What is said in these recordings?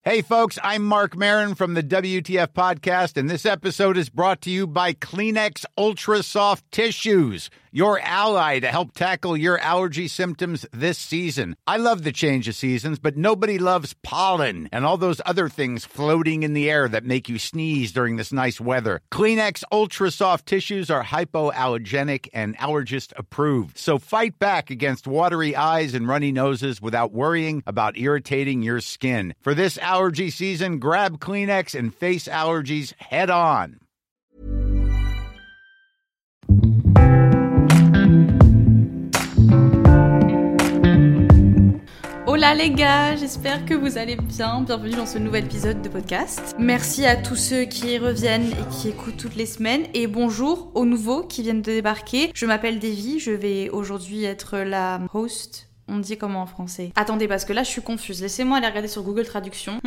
Hey, folks, I'm Mark Maron from the WTF Podcast, and this episode is brought to you by Kleenex Ultra Soft Tissues, your ally to help tackle your allergy symptoms this season. I love the change of seasons, but nobody loves pollen and all those other things floating in the air that make you sneeze during this nice weather. Kleenex Ultra Soft Tissues are hypoallergenic and allergist approved, so fight back against watery eyes and runny noses without worrying about irritating your skin. For this allergy season, grab Kleenex and face allergies head on. Hola les gars, j'espère que vous allez bien. Bienvenue dans ce nouvel épisode de podcast. Merci à tous ceux qui reviennent et qui écoutent toutes les semaines. Et bonjour aux nouveaux qui viennent de débarquer. Je m'appelle Davy, je vais aujourd'hui être la host. On dit comment en français? Attendez, parce que là je suis confuse. Laissez-moi aller regarder sur Google Traduction.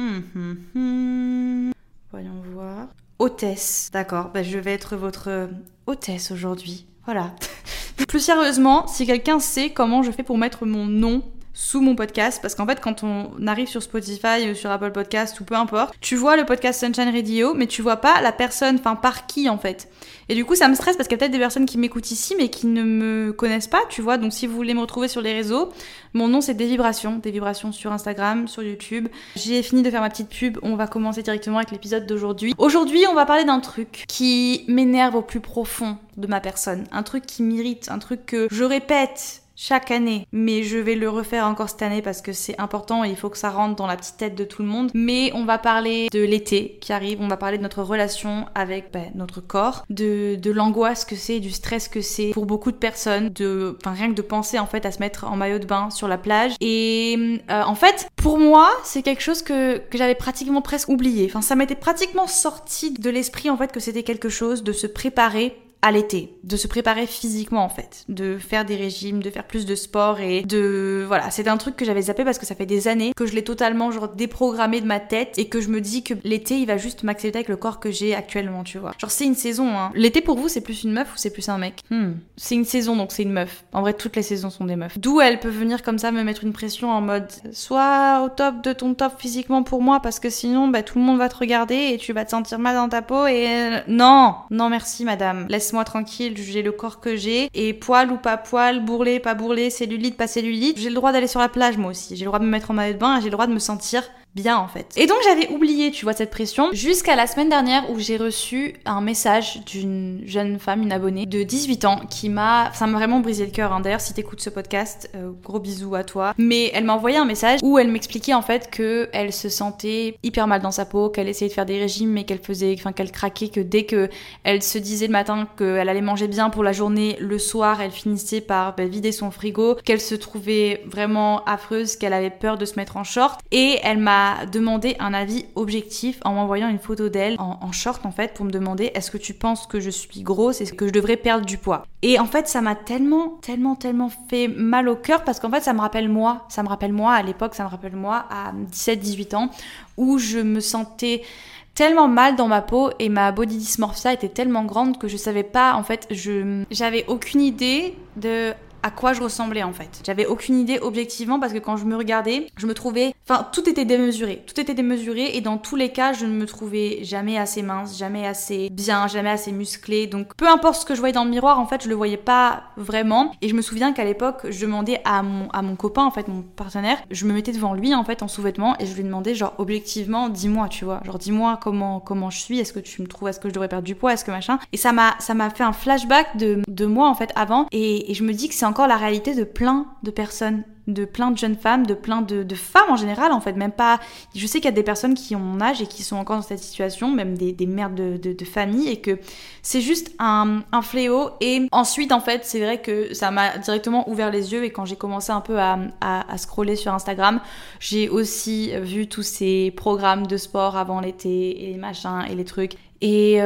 Voyons voir. Hôtesse. D'accord, je vais être votre hôtesse aujourd'hui. Voilà. Plus sérieusement, si quelqu'un sait comment je fais pour mettre mon nom sous mon podcast, parce qu'en fait quand on arrive sur Spotify ou sur Apple Podcast ou peu importe, tu vois le podcast Sunshine Radio mais tu vois pas la personne, enfin par qui en fait. Et du coup ça me stresse parce qu'il y a peut-être des personnes qui m'écoutent ici mais qui ne me connaissent pas, tu vois. Donc si vous voulez me retrouver sur les réseaux, mon nom c'est Des Vibrations sur Instagram, sur YouTube. J'ai fini de faire ma petite pub, on va commencer directement avec l'épisode d'aujourd'hui. Aujourd'hui on va parler d'un truc qui m'énerve au plus profond de ma personne, un truc qui m'irrite, un truc que je répète chaque année, mais je vais le refaire encore cette année parce que c'est important et il faut que ça rentre dans la petite tête de tout le monde. Mais on va parler de l'été qui arrive, on va parler de notre relation avec notre corps, de l'angoisse que c'est, du stress que c'est pour beaucoup de personnes, rien que de penser en fait à se mettre en maillot de bain sur la plage. Et en fait, pour moi, c'est quelque chose que j'avais pratiquement presque oublié. Enfin, ça m'était pratiquement sorti de l'esprit en fait que c'était quelque chose de se préparer à l'été, de se préparer physiquement en fait, de faire des régimes, de faire plus de sport et voilà, c'est un truc que j'avais zappé parce que ça fait des années que je l'ai totalement déprogrammé de ma tête et que je me dis que l'été il va juste m'accepter avec le corps que j'ai actuellement, tu vois. Genre c'est une saison, hein. L'été pour vous c'est plus une meuf ou c'est plus un mec? C'est une saison donc c'est une meuf. En vrai toutes les saisons sont des meufs. D'où elle peut venir comme ça me mettre une pression en mode sois au top de ton top physiquement pour moi parce que sinon tout le monde va te regarder et tu vas te sentir mal dans ta peau et non merci madame. Laisse-moi tranquille, j'ai le corps que j'ai et poil ou pas poil, bourrelet, pas bourrelet, cellulite, pas cellulite, j'ai le droit d'aller sur la plage moi aussi, j'ai le droit de me mettre en maillot de bain et j'ai le droit de me sentir bien en fait. Et donc j'avais oublié, tu vois, cette pression jusqu'à la semaine dernière où j'ai reçu un message d'une jeune femme, une abonnée de 18 ans ça m'a vraiment brisé le cœur, hein. D'ailleurs si t'écoutes ce podcast, gros bisous à toi, mais elle m'a envoyé un message où elle m'expliquait en fait que elle se sentait hyper mal dans sa peau, qu'elle essayait de faire des régimes mais qu'elle craquait, que dès que elle se disait le matin qu'elle allait manger bien pour la journée, le soir elle finissait par vider son frigo, qu'elle se trouvait vraiment affreuse, qu'elle avait peur de se mettre en short et elle m'a demandé un avis objectif en m'envoyant une photo d'elle en short en fait pour me demander est-ce que tu penses que je suis grosse, est-ce que je devrais perdre du poids. Et en fait ça m'a tellement fait mal au cœur parce qu'en fait ça me rappelle moi à l'époque, ça me rappelle moi à 17-18 ans où je me sentais tellement mal dans ma peau et ma body dysmorphia était tellement grande que je savais pas en fait, j'avais aucune idée de à quoi je ressemblais en fait. J'avais aucune idée objectivement parce que quand je me regardais, je me trouvais... tout était démesuré. Tout était démesuré et dans tous les cas, je ne me trouvais jamais assez mince, jamais assez bien, jamais assez musclée. Donc peu importe ce que je voyais dans le miroir, en fait, je le voyais pas vraiment. Et je me souviens qu'à l'époque, je demandais à mon copain, en fait, mon partenaire, je me mettais devant lui en fait en sous-vêtements et je lui demandais genre objectivement, dis-moi, tu vois, genre dis-moi comment je suis, est-ce que tu me trouves, est-ce que je devrais perdre du poids, est-ce que machin. Et ça m'a fait un flashback de moi en fait avant et je me dis que c'est encore la réalité de plein de personnes, de plein de jeunes femmes, de plein de femmes en général en fait, même pas, je sais qu'il y a des personnes qui ont mon âge et qui sont encore dans cette situation, même des mères de famille, et que c'est juste un fléau. Et ensuite en fait c'est vrai que ça m'a directement ouvert les yeux et quand j'ai commencé un peu à scroller sur Instagram, j'ai aussi vu tous ces programmes de sport avant l'été et les machins et les trucs et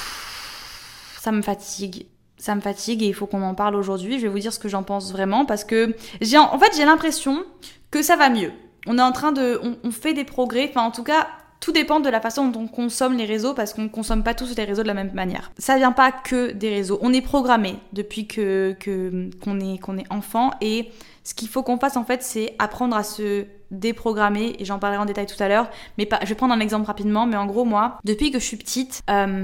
ça me fatigue et il faut qu'on en parle aujourd'hui. Je vais vous dire ce que j'en pense vraiment parce que j'ai l'impression que ça va mieux. On est en train on fait des progrès, enfin en tout cas tout dépend de la façon dont on consomme les réseaux parce qu'on consomme pas tous les réseaux de la même manière. Ça vient pas que des réseaux. On est programmé depuis qu'on est enfant et Ce qu'il faut qu'on fasse en fait, c'est apprendre à se déprogrammer, et j'en parlerai en détail tout à l'heure, mais je vais prendre un exemple rapidement, mais en gros moi, depuis que je suis petite,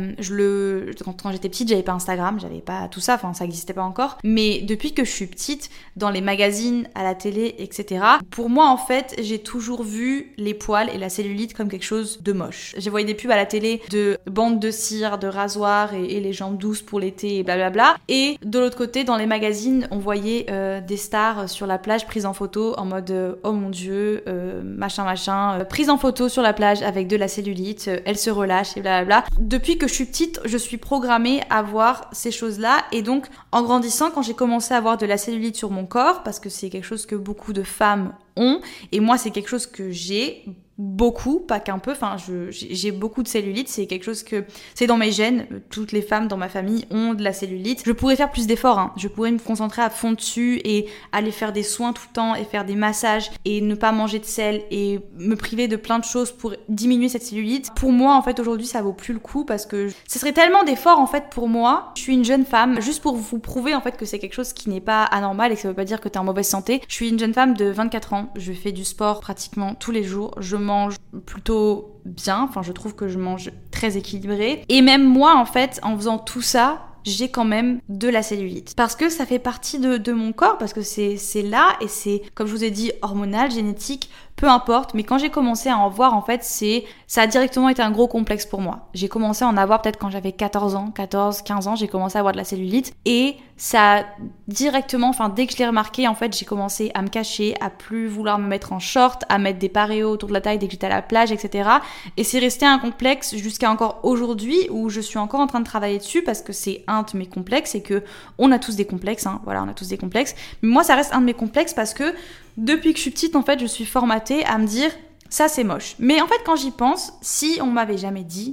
quand j'étais petite, j'avais pas Instagram, j'avais pas tout ça, enfin ça existait pas encore, mais depuis que je suis petite, dans les magazines, à la télé, etc., pour moi en fait, j'ai toujours vu les poils et la cellulite comme quelque chose de moche. J'ai voyé des pubs à la télé de bandes de cire, de rasoirs et les jambes douces pour l'été et blablabla, et de l'autre côté, dans les magazines, on voyait des stars sur la plage prises en photo en mode oh mon dieu, prise en photo sur la plage avec de la cellulite, elle se relâche et blablabla. Depuis que je suis petite, je suis programmée à voir ces choses-là, et donc en grandissant, quand j'ai commencé à avoir de la cellulite sur mon corps, parce que c'est quelque chose que beaucoup de femmes ont, et moi c'est quelque chose que j'ai beaucoup, pas qu'un peu, enfin j'ai beaucoup de cellulite, c'est quelque chose que c'est dans mes gènes, toutes les femmes dans ma famille ont de la cellulite. Je pourrais faire plus d'efforts, hein. Je pourrais me concentrer à fond dessus et aller faire des soins tout le temps et faire des massages et ne pas manger de sel et me priver de plein de choses pour diminuer cette cellulite. Pour moi en fait aujourd'hui ça vaut plus le coup, parce que ce serait tellement d'efforts en fait pour moi. Je suis une jeune femme, juste pour vous prouver en fait que c'est quelque chose qui n'est pas anormal et que ça veut pas dire que t'es en mauvaise santé. Je suis une jeune femme de 24 ans, je fais du sport pratiquement tous les jours, je mange plutôt bien, enfin je trouve que je mange très équilibré, et même moi en fait en faisant tout ça, j'ai quand même de la cellulite. Parce que ça fait partie de mon corps, parce que c'est là, et c'est, comme je vous ai dit, hormonal, génétique, peu importe. Mais quand j'ai commencé à en voir, en fait, ça a directement été un gros complexe pour moi. J'ai commencé à en avoir peut-être quand j'avais 14 ans, 15 ans, j'ai commencé à avoir de la cellulite. Et ça a directement, enfin dès que je l'ai remarqué, en fait, j'ai commencé à me cacher, à plus vouloir me mettre en short, à mettre des paréos autour de la taille dès que j'étais à la plage, etc. Et c'est resté un complexe jusqu'à encore aujourd'hui, où je suis encore en train de travailler dessus, parce que c'est un de mes complexes, et que on a tous des complexes, hein, voilà, on a tous des complexes. Mais moi, ça reste un de mes complexes, parce que depuis que je suis petite, en fait, je suis formatée à me dire ça c'est moche. Mais en fait, quand j'y pense, si on m'avait jamais dit,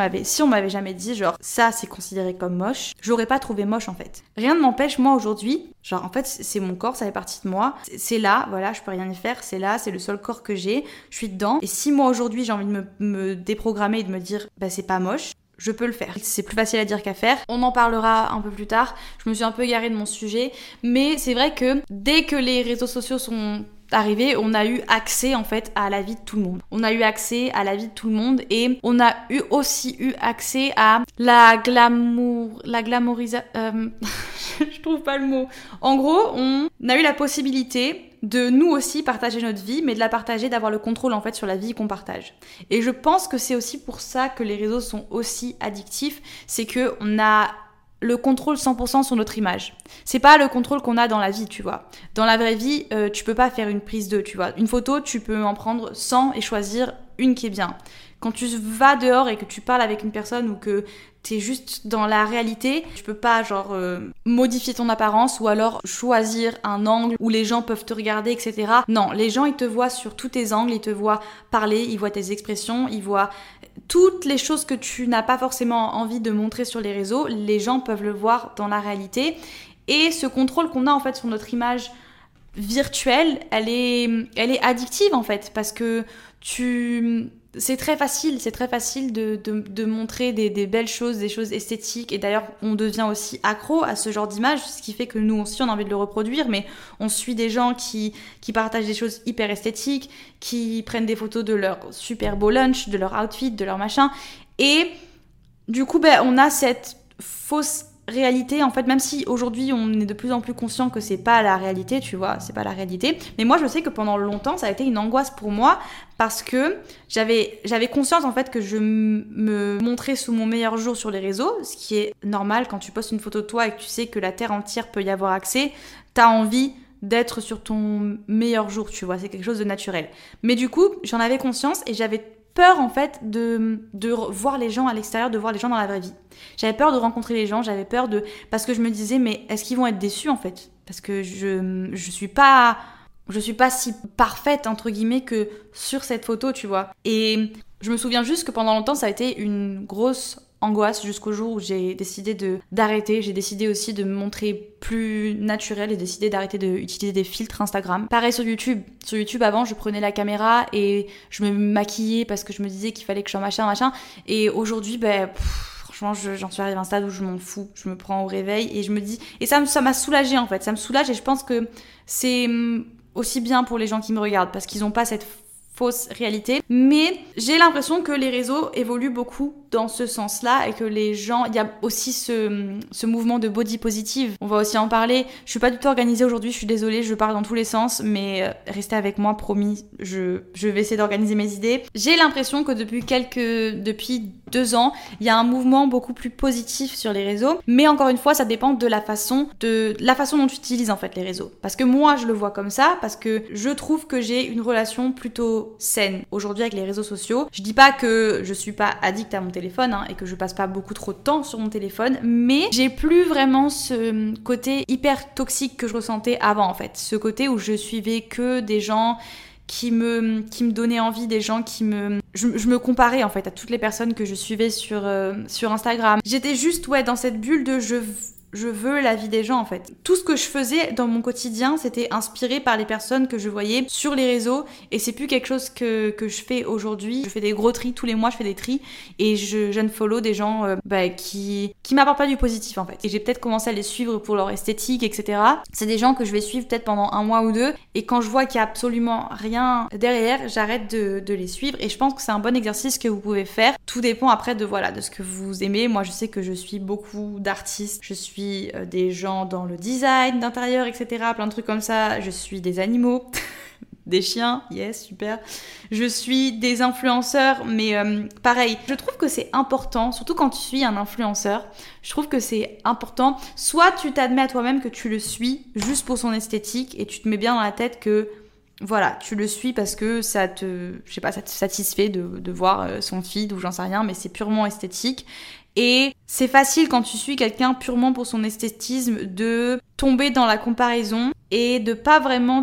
genre ça c'est considéré comme moche, j'aurais pas trouvé moche en fait. Rien ne m'empêche, moi aujourd'hui, genre en fait c'est mon corps, ça fait partie de moi, c'est là, voilà, je peux rien y faire, c'est là, c'est le seul corps que j'ai, je suis dedans. Et si moi aujourd'hui j'ai envie de me déprogrammer et de me dire bah c'est pas moche, je peux le faire. C'est plus facile à dire qu'à faire. On en parlera un peu plus tard. Je me suis un peu égarée de mon sujet. Mais c'est vrai que dès que les réseaux sociaux sont arrivés, on a eu accès en fait à la vie de tout le monde. On a eu accès à la vie de tout le monde, et on a aussi eu accès à la glamourisation. Je trouve pas le mot. En gros, on a eu la possibilité de nous aussi partager notre vie, mais de la partager, d'avoir le contrôle en fait sur la vie qu'on partage. Et je pense que c'est aussi pour ça que les réseaux sont aussi addictifs, c'est que on a le contrôle 100% sur notre image. C'est pas le contrôle qu'on a dans la vie, tu vois. Dans la vraie vie, tu peux pas faire une prise de, tu vois. Une photo, tu peux en prendre 100 et choisir une qui est bien. Quand tu vas dehors et que tu parles avec une personne, ou que t'es juste dans la réalité, tu peux pas genre modifier ton apparence, ou alors choisir un angle où les gens peuvent te regarder, etc. Non, les gens ils te voient sur tous tes angles, ils te voient parler, ils voient tes expressions, ils voient toutes les choses que tu n'as pas forcément envie de montrer sur les réseaux, les gens peuvent le voir dans la réalité. Et ce contrôle qu'on a en fait sur notre image virtuelle, elle est addictive en fait, parce que c'est très facile de montrer des belles choses, des choses esthétiques, et d'ailleurs on devient aussi accro à ce genre d'image, ce qui fait que nous aussi on a envie de le reproduire, mais on suit des gens qui partagent des choses hyper esthétiques, qui prennent des photos de leur super beau lunch, de leur outfit, de leur machin, et du coup on a cette fausse réalité en fait, même si aujourd'hui on est de plus en plus conscient que c'est pas la réalité, tu vois, c'est pas la réalité. Mais moi je sais que pendant longtemps ça a été une angoisse pour moi, parce que j'avais conscience en fait que je me montrais sous mon meilleur jour sur les réseaux, ce qui est normal quand tu postes une photo de toi et que tu sais que la terre entière peut y avoir accès, t'as envie d'être sur ton meilleur jour, tu vois, c'est quelque chose de naturel. Mais du coup j'en avais conscience, et j'avais peur en fait de voir les gens à l'extérieur, de voir les gens dans la vraie vie. J'avais peur de rencontrer les gens, parce que je me disais mais est-ce qu'ils vont être déçus en fait, parce que je suis pas si parfaite entre guillemets que sur cette photo, tu vois. Et je me souviens juste que pendant longtemps ça a été une grosse angoisse jusqu'au jour où j'ai décidé d'arrêter. J'ai décidé aussi de me montrer plus naturelle et décidé d'arrêter d'utiliser des filtres Instagram. Pareil sur YouTube. Sur YouTube, avant, je prenais la caméra et je me maquillais parce que je me disais qu'il fallait que je sois machin. Et aujourd'hui, franchement, j'en suis arrivée à un stade où je m'en fous. Je me prends au réveil et je me dis... Et ça m'a soulagée, en fait. Ça me soulage et je pense que c'est aussi bien pour les gens qui me regardent parce qu'ils n'ont pas cette fausse réalité. Mais j'ai l'impression que les réseaux évoluent beaucoup dans ce sens-là et que les gens... Il y a aussi ce mouvement de body positive. On va aussi en parler. Je suis pas du tout organisée aujourd'hui, je suis désolée, je parle dans tous les sens, mais restez avec moi, promis. Je vais essayer d'organiser mes idées. J'ai l'impression que depuis 2 ans, il y a un mouvement beaucoup plus positif sur les réseaux. Mais encore une fois, ça dépend de la façon dont tu utilises en fait les réseaux. Parce que moi, je le vois comme ça, parce que je trouve que j'ai une relation plutôt saine aujourd'hui avec les réseaux sociaux. Je dis pas que je suis pas addict à mon téléphone et que je passe pas beaucoup trop de temps sur mon téléphone, mais j'ai plus vraiment ce côté hyper toxique que je ressentais avant en fait. Ce côté où je suivais que des gens qui me donnaient envie, des gens je me comparais en fait à toutes les personnes que je suivais sur Instagram. J'étais juste dans cette bulle de je veux la vie des gens en fait. Tout ce que je faisais dans mon quotidien, c'était inspiré par les personnes que je voyais sur les réseaux et c'est plus quelque chose que je fais aujourd'hui. Je fais des gros tris tous les mois, je fais des tris et je unfollow des gens qui m'apportent pas du positif en fait. Et j'ai peut-être commencé à les suivre pour leur esthétique, etc. C'est des gens que je vais suivre peut-être pendant 1 mois ou 2 et quand je vois qu'il y a absolument rien derrière, j'arrête de les suivre et je pense que c'est un bon exercice que vous pouvez faire. Tout dépend après de ce que vous aimez. Moi je sais que je suis beaucoup d'artistes, je suis des gens dans le design d'intérieur, etc. Plein de trucs comme ça. Je suis des animaux, des chiens, yes, super. Je suis des influenceurs, mais pareil. Je trouve que c'est important, surtout quand tu suis un influenceur, je trouve que c'est important. Soit tu t'admets à toi-même que tu le suis juste pour son esthétique et tu te mets bien dans la tête que voilà, tu le suis parce que ça te satisfait de voir son feed ou j'en sais rien, mais c'est purement esthétique. Et c'est facile quand tu suis quelqu'un purement pour son esthétisme de tomber dans la comparaison et de pas vraiment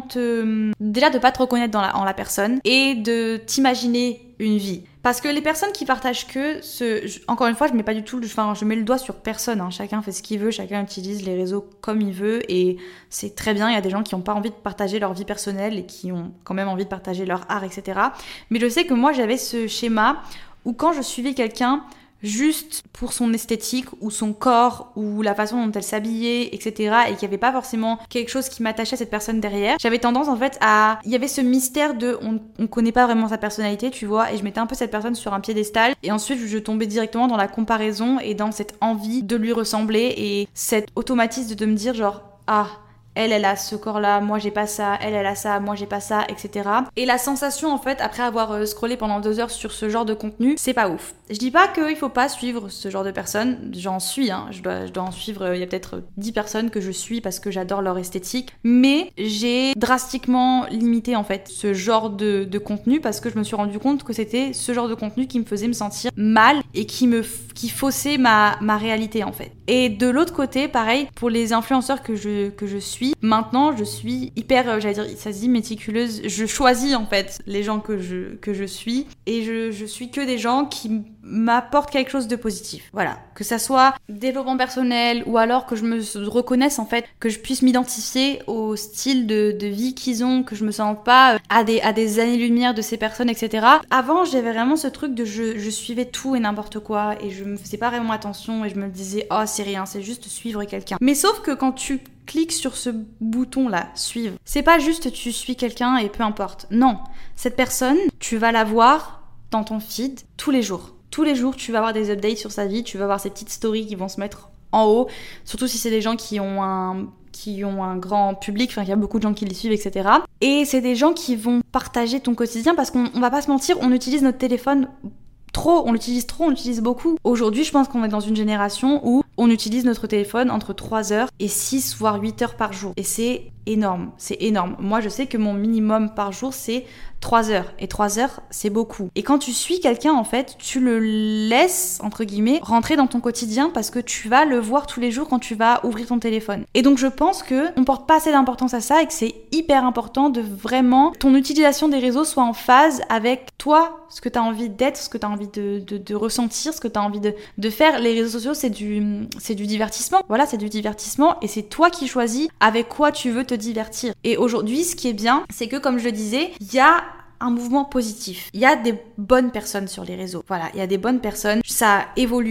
de pas te reconnaître en la personne et de t'imaginer une vie. Parce que les personnes qui partagent encore une fois, je mets le doigt sur personne, chacun fait ce qu'il veut, chacun utilise les réseaux comme il veut et c'est très bien, il y a des gens qui n'ont pas envie de partager leur vie personnelle et qui ont quand même envie de partager leur art, etc. Mais je sais que moi j'avais ce schéma où quand je suivais quelqu'un juste pour son esthétique ou son corps ou la façon dont elle s'habillait, etc. et qu'il n'y avait pas forcément quelque chose qui m'attachait à cette personne derrière, j'avais tendance en fait il y avait ce mystère de on connaît pas vraiment sa personnalité, tu vois, et je mettais un peu cette personne sur un piédestal et ensuite je tombais directement dans la comparaison et dans cette envie de lui ressembler et cet automatisme de me dire genre elle a ce corps-là, moi j'ai pas ça, elle a ça, moi j'ai pas ça, etc. Et la sensation en fait, après avoir scrollé pendant 2 heures sur ce genre de contenu, c'est pas ouf. Je dis pas qu'il faut pas suivre ce genre de personnes, j'en suis, je dois en suivre, il y a peut-être 10 personnes que je suis parce que j'adore leur esthétique, mais j'ai drastiquement limité en fait ce genre de contenu parce que je me suis rendu compte que c'était ce genre de contenu qui me faisait me sentir mal et qui faussait ma réalité en fait. Et de l'autre côté, pareil, pour les influenceurs que je suis, maintenant je suis hyper, ça se dit méticuleuse, je choisis en fait les gens que je suis et je suis que des gens qui m'apportent quelque chose de positif. Voilà, que ça soit développement personnel ou alors que je me reconnaisse en fait, que je puisse m'identifier au style de vie qu'ils ont, que je me sente pas à des années-lumière de ces personnes, etc. Avant, j'avais vraiment ce truc de je suivais tout et n'importe quoi et je me faisais pas vraiment attention et je me disais c'est rien, c'est juste suivre quelqu'un. Mais sauf que quand tu cliques sur ce bouton là, suivre, c'est pas juste tu suis quelqu'un et peu importe. Non, cette personne, tu vas la voir dans ton feed tous les jours. Tous les jours, tu vas avoir des updates sur sa vie, tu vas avoir ces petites stories qui vont se mettre en haut, surtout si c'est des gens qui ont un grand public, il y a beaucoup de gens qui les suivent, etc. Et c'est des gens qui vont partager ton quotidien parce qu'on va pas se mentir, on utilise notre téléphone on l'utilise beaucoup. Aujourd'hui, je pense qu'on est dans une génération où on utilise notre téléphone entre 3 heures et 6 voire 8 heures par jour. Et c'est énorme. Moi, je sais que mon minimum par jour, c'est 3 heures. Et 3 heures, c'est beaucoup. Et quand tu suis quelqu'un, en fait, tu le laisses, entre guillemets, rentrer dans ton quotidien parce que tu vas le voir tous les jours quand tu vas ouvrir ton téléphone. Et donc, je pense qu'on porte pas assez d'importance à ça et que c'est hyper important de vraiment ton utilisation des réseaux soit en phase avec toi, ce que tu as envie d'être, ce que tu as envie de ressentir, ce que tu as envie de faire. Les réseaux sociaux, c'est du divertissement. Voilà, c'est du divertissement et c'est toi qui choisis avec quoi tu veux te divertir. Et aujourd'hui, ce qui est bien, c'est que, comme je le disais, il y a un mouvement positif. Il y a des bonnes personnes sur les réseaux. Voilà, il y a des bonnes personnes. Ça évolue.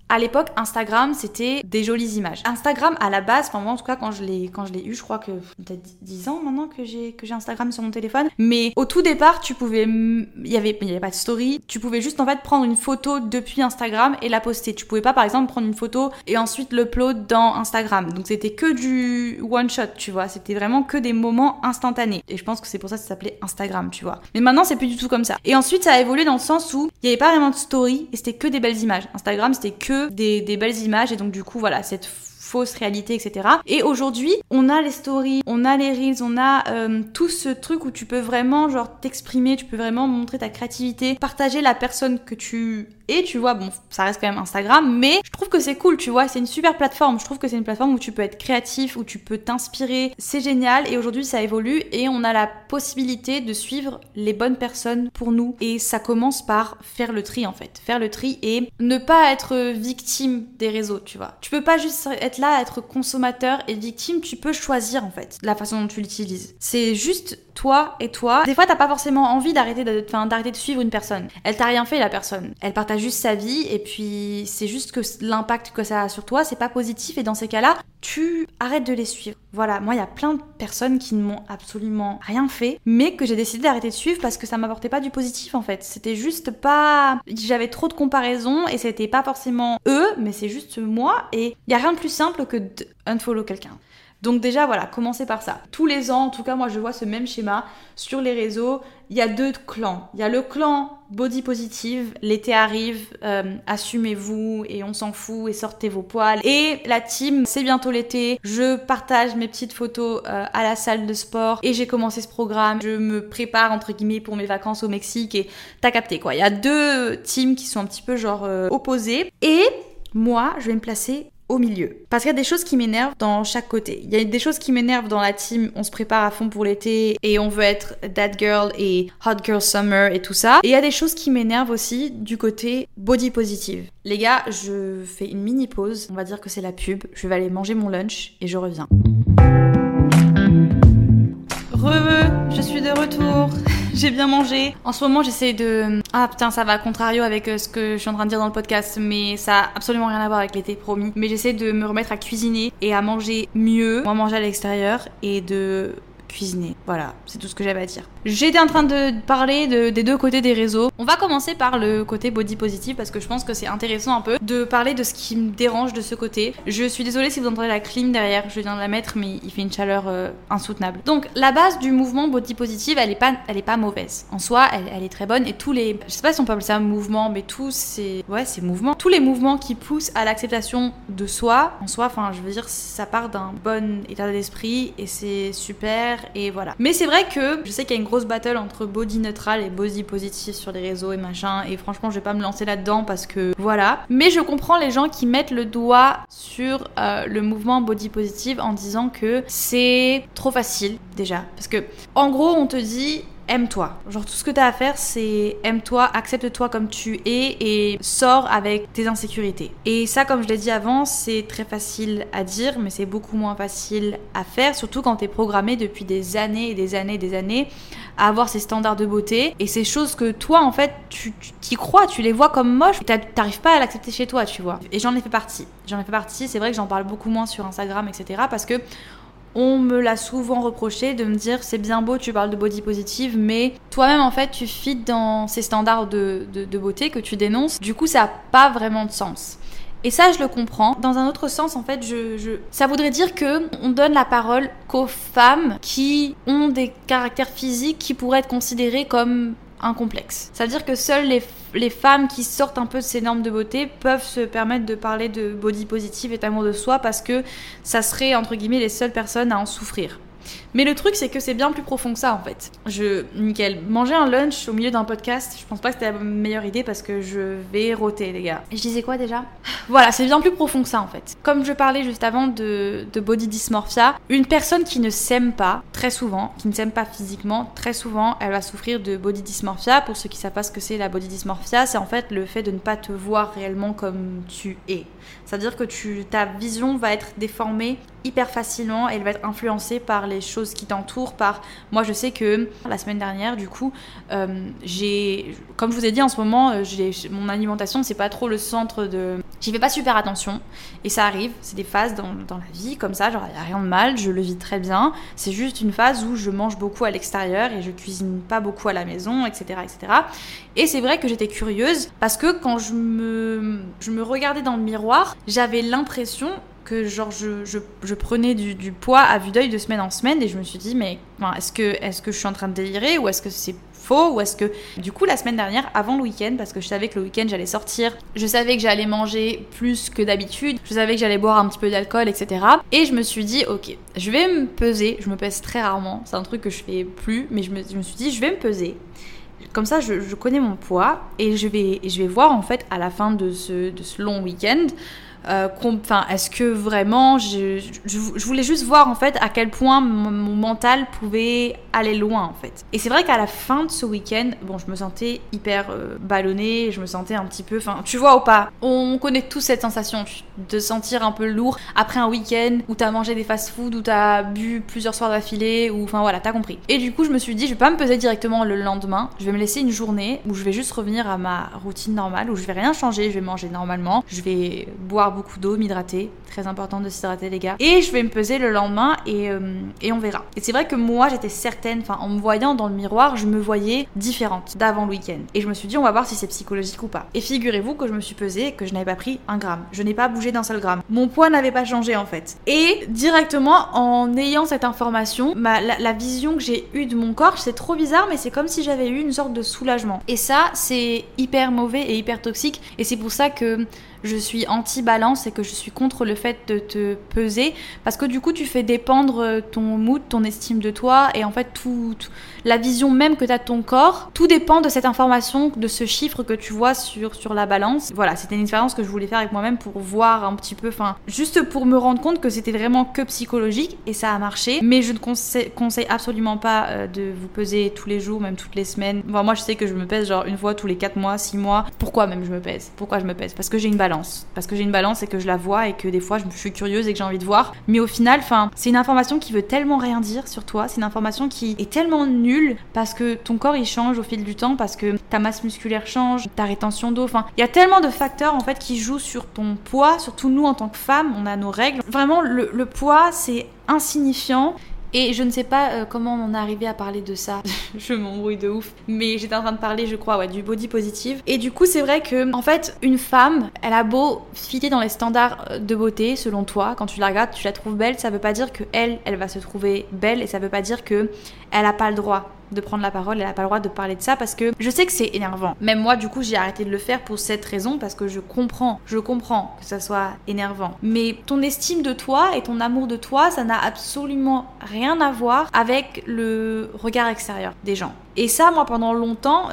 À l'époque, Instagram, c'était des jolies images. Instagram, à la base, enfin moi en tout cas, quand je l'ai eu, je crois que peut-être 10 ans maintenant que j'ai Instagram sur mon téléphone. Mais au tout départ, il y avait pas de story. Tu pouvais juste en fait prendre une photo depuis Instagram et la poster. Tu pouvais pas par exemple prendre une photo et ensuite l'upload dans Instagram. Donc c'était que du one shot, tu vois. C'était vraiment que des moments instantanés. Et je pense que c'est pour ça que ça s'appelait Instagram, tu vois. Mais maintenant, c'est plus du tout comme ça. Et ensuite, ça a évolué dans le sens où il y avait pas vraiment de story et c'était que des belles images. Instagram, c'était que des belles images et donc du coup, voilà, cette fausse réalité, etc. Et aujourd'hui, on a les stories, on a les reels, on a tout ce truc où tu peux vraiment genre t'exprimer, tu peux vraiment montrer ta créativité, partager la personne que tu es, tu vois. Bon, ça reste quand même Instagram, mais je trouve que c'est cool, tu vois. C'est une super plateforme. Je trouve que c'est une plateforme où tu peux être créatif, où tu peux t'inspirer. C'est génial. Et aujourd'hui, ça évolue et on a la possibilité de suivre les bonnes personnes pour nous. Et ça commence par faire le tri, en fait. Faire le tri et ne pas être victime des réseaux, tu vois. Tu peux pas juste être là, être consommateur et victime. Tu peux choisir, en fait, la façon dont tu l'utilises. C'est juste toi et toi. Des fois, t'as pas forcément envie d'arrêter de suivre une personne. Elle t'a rien fait, la personne. Elle partage juste sa vie et puis c'est juste que l'impact que ça a sur toi, c'est pas positif et dans ces cas-là, tu arrêtes de les suivre. Voilà, moi, il y a plein de personnes qui ne m'ont absolument rien fait, mais que j'ai décidé d'arrêter de suivre parce que ça m'apportait pas du positif, en fait. C'était juste pas... J'avais trop de comparaisons et c'était pas forcément eux, mais c'est juste moi et il y a rien de plus simple que d'unfollow quelqu'un. Donc déjà, voilà, commencez par ça. Tous les ans, en tout cas, moi, je vois ce même schéma sur les réseaux. Il y a 2 clans. Il y a le clan body positive, l'été arrive, assumez-vous et on s'en fout et sortez vos poils. Et la team, c'est bientôt l'été, je partage mes petites photos à la salle de sport et j'ai commencé ce programme. Je me prépare, entre guillemets, pour mes vacances au Mexique et t'as capté, quoi. Il y a 2 teams qui sont un petit peu, genre, opposés. Et moi, je vais me placer au milieu. Parce qu'il y a des choses qui m'énervent dans chaque côté. Il y a des choses qui m'énervent dans la team, on se prépare à fond pour l'été et on veut être that girl et hot girl summer et tout ça. Et il y a des choses qui m'énervent aussi du côté body positive. Les gars, je fais une mini pause, on va dire que c'est la pub. Je vais aller manger mon lunch et je reviens. Je suis de retour. J'ai bien mangé. En ce moment, j'essaie de... Ah putain, ça va à contrario avec ce que je suis en train de dire dans le podcast, mais ça a absolument rien à voir avec l'été, promis. Mais j'essaie de me remettre à cuisiner et à manger mieux, moins manger à l'extérieur et de cuisiner. Voilà, c'est tout ce que j'avais à dire. J'étais en train de parler des 2 côtés des réseaux. On va commencer par le côté body positive parce que je pense que c'est intéressant un peu de parler de ce qui me dérange de ce côté. Je suis désolée si vous entendez la clim derrière, je viens de la mettre mais il fait une chaleur insoutenable. Donc la base du mouvement body positive, elle est pas mauvaise. En soi, elle est très bonne et tous les... Je sais pas si on peut appeler ça mouvement, mais tous ces... Ouais, c'est mouvement. Tous les mouvements qui poussent à l'acceptation de soi, en soi, enfin je veux dire, ça part d'un bon état d'esprit et c'est super et voilà. Mais c'est vrai que je sais qu'il y a une grosse battle entre body neutral et body positive sur les réseaux et machin et franchement je vais pas me lancer là-dedans parce que voilà. Mais je comprends les gens qui mettent le doigt sur le mouvement body positive en disant que c'est trop facile déjà. Parce que en gros on te dit aime-toi. Genre tout ce que t'as à faire c'est aime-toi, accepte-toi comme tu es et sors avec tes insécurités. Et ça comme je l'ai dit avant c'est très facile à dire mais c'est beaucoup moins facile à faire surtout quand t'es programmé depuis des années et des années et des années à avoir ces standards de beauté et ces choses que toi en fait tu t'y crois, tu les vois comme moches, t'arrives pas à l'accepter chez toi tu vois. Et j'en ai fait partie, c'est vrai que j'en parle beaucoup moins sur Instagram etc parce que on me l'a souvent reproché de me dire c'est bien beau tu parles de body positive mais toi-même en fait tu fites dans ces standards de beauté que tu dénonces, du coup ça a pas vraiment de sens. Et ça, je le comprends. Dans un autre sens, en fait, ça voudrait dire que on donne la parole qu'aux femmes qui ont des caractères physiques qui pourraient être considérés comme un complexe. C'est-à-dire que seules les femmes qui sortent un peu de ces normes de beauté peuvent se permettre de parler de body positive et d'amour de soi parce que ça serait, entre guillemets, les seules personnes à en souffrir. Mais le truc, c'est que c'est bien plus profond que ça, en fait. Nickel. Manger un lunch au milieu d'un podcast, je pense pas que c'était la meilleure idée parce que je vais rôter, les gars. Et je disais quoi déjà ? Voilà, c'est bien plus profond que ça, en fait. Comme je parlais juste avant de body dysmorphia, une personne qui ne s'aime pas, très souvent, qui ne s'aime pas physiquement, très souvent, elle va souffrir de body dysmorphia. Pour ceux qui savent pas ce que c'est la body dysmorphia, c'est en fait le fait de ne pas te voir réellement comme tu es. C'est-à-dire que ta vision va être déformée hyper facilement et elle va être influencée par les choses qui t'entourent. Moi, je sais que la semaine dernière, du coup, comme je vous ai dit, en ce moment, mon alimentation, c'est pas trop le centre de J'y fais pas super attention et ça arrive, c'est des phases dans la vie comme ça, genre il n'y a rien de mal, je le vis très bien. C'est juste une phase où je mange beaucoup à l'extérieur et je cuisine pas beaucoup à la maison, etc. etc. Et c'est vrai que j'étais curieuse parce que quand je me regardais dans le miroir, j'avais l'impression que genre je prenais du poids à vue d'œil de semaine en semaine et je me suis dit mais est-ce que je suis en train de délirer ou est-ce que c'est faux ou est-ce que du coup la semaine dernière avant le week-end parce que je savais que le week-end j'allais sortir, je savais que j'allais manger plus que d'habitude, je savais que j'allais boire un petit peu d'alcool etc. Et je me suis dit ok je vais me peser, je me pèse très rarement, c'est un truc que je fais plus mais je me suis dit je vais me peser. Comme ça, je connais mon poids et je vais voir en fait à la fin de ce long week-end. Est-ce que vraiment je voulais juste voir en fait à quel point mon mental pouvait aller loin en fait. Et c'est vrai qu'à la fin de ce week-end, bon, je me sentais hyper ballonnée, je me sentais un petit peu, tu vois ou pas, on connaît tous cette sensation de sentir un peu lourd après un week-end où t'as mangé des fast-food, où t'as bu plusieurs soirs d'affilée, ou enfin voilà, t'as compris. Et du coup, je me suis dit, je vais pas me peser directement le lendemain, je vais me laisser une journée où je vais juste revenir à ma routine normale, où je vais rien changer, je vais manger normalement, je vais boire beaucoup d'eau, m'hydrater, très important de s'hydrater les gars, et je vais me peser le lendemain et on verra. Et c'est vrai que moi j'étais certaine, en me voyant dans le miroir, je me voyais différente d'avant le week-end. Et je me suis dit on va voir si c'est psychologique ou pas. Et figurez-vous que je me suis pesée et que je n'avais pas pris 1 gramme. Je n'ai pas bougé d'un seul gramme. Mon poids n'avait pas changé en fait. Et directement en ayant cette information, la vision que j'ai eue de mon corps, c'est trop bizarre mais c'est comme si j'avais eu une sorte de soulagement. Et ça c'est hyper mauvais et hyper toxique et c'est pour ça que je suis anti-balance et que je suis contre le fait de te peser parce que du coup tu fais dépendre ton mood, ton estime de toi et en fait tout la vision même que tu as de ton corps, tout dépend de cette information, de ce chiffre que tu vois sur la balance. Voilà, c'était une expérience que je voulais faire avec moi-même pour voir un petit peu, juste pour me rendre compte que c'était vraiment que psychologique et ça a marché, mais je ne conseille absolument pas de vous peser tous les jours, même toutes les semaines. Moi je sais que je me pèse genre une fois tous les 4 mois, 6 mois. Pourquoi même je me pèse? Pourquoi je me pèse? Parce que j'ai une balance. Parce que j'ai une balance et que je la vois et que des fois je suis curieuse et que j'ai envie de voir. Mais au final, c'est une information qui veut tellement rien dire sur toi. C'est une information qui est tellement nulle parce que ton corps il change au fil du temps, parce que ta masse musculaire change, ta rétention d'eau. Il y a tellement de facteurs en fait qui jouent sur ton poids. Surtout nous en tant que femmes, on a nos règles. Vraiment, le poids c'est insignifiant. Et je ne sais pas comment on en est arrivé à parler de ça. Je m'embrouille de ouf. Mais j'étais en train de parler, je crois, du body positive. Et du coup, c'est vrai que, en fait, une femme, elle a beau fitter dans les standards de beauté, selon toi. Quand tu la regardes, tu la trouves belle. Ça veut pas dire que elle va se trouver belle. Et ça veut pas dire que elle a pas le droit de prendre la parole, elle a pas le droit de parler de ça parce que je sais que c'est énervant. Même moi, du coup, j'ai arrêté de le faire pour cette raison parce que je comprends que ça soit énervant. Mais ton estime de toi et ton amour de toi, ça n'a absolument rien à voir avec le regard extérieur des gens. Et ça, moi, pendant longtemps,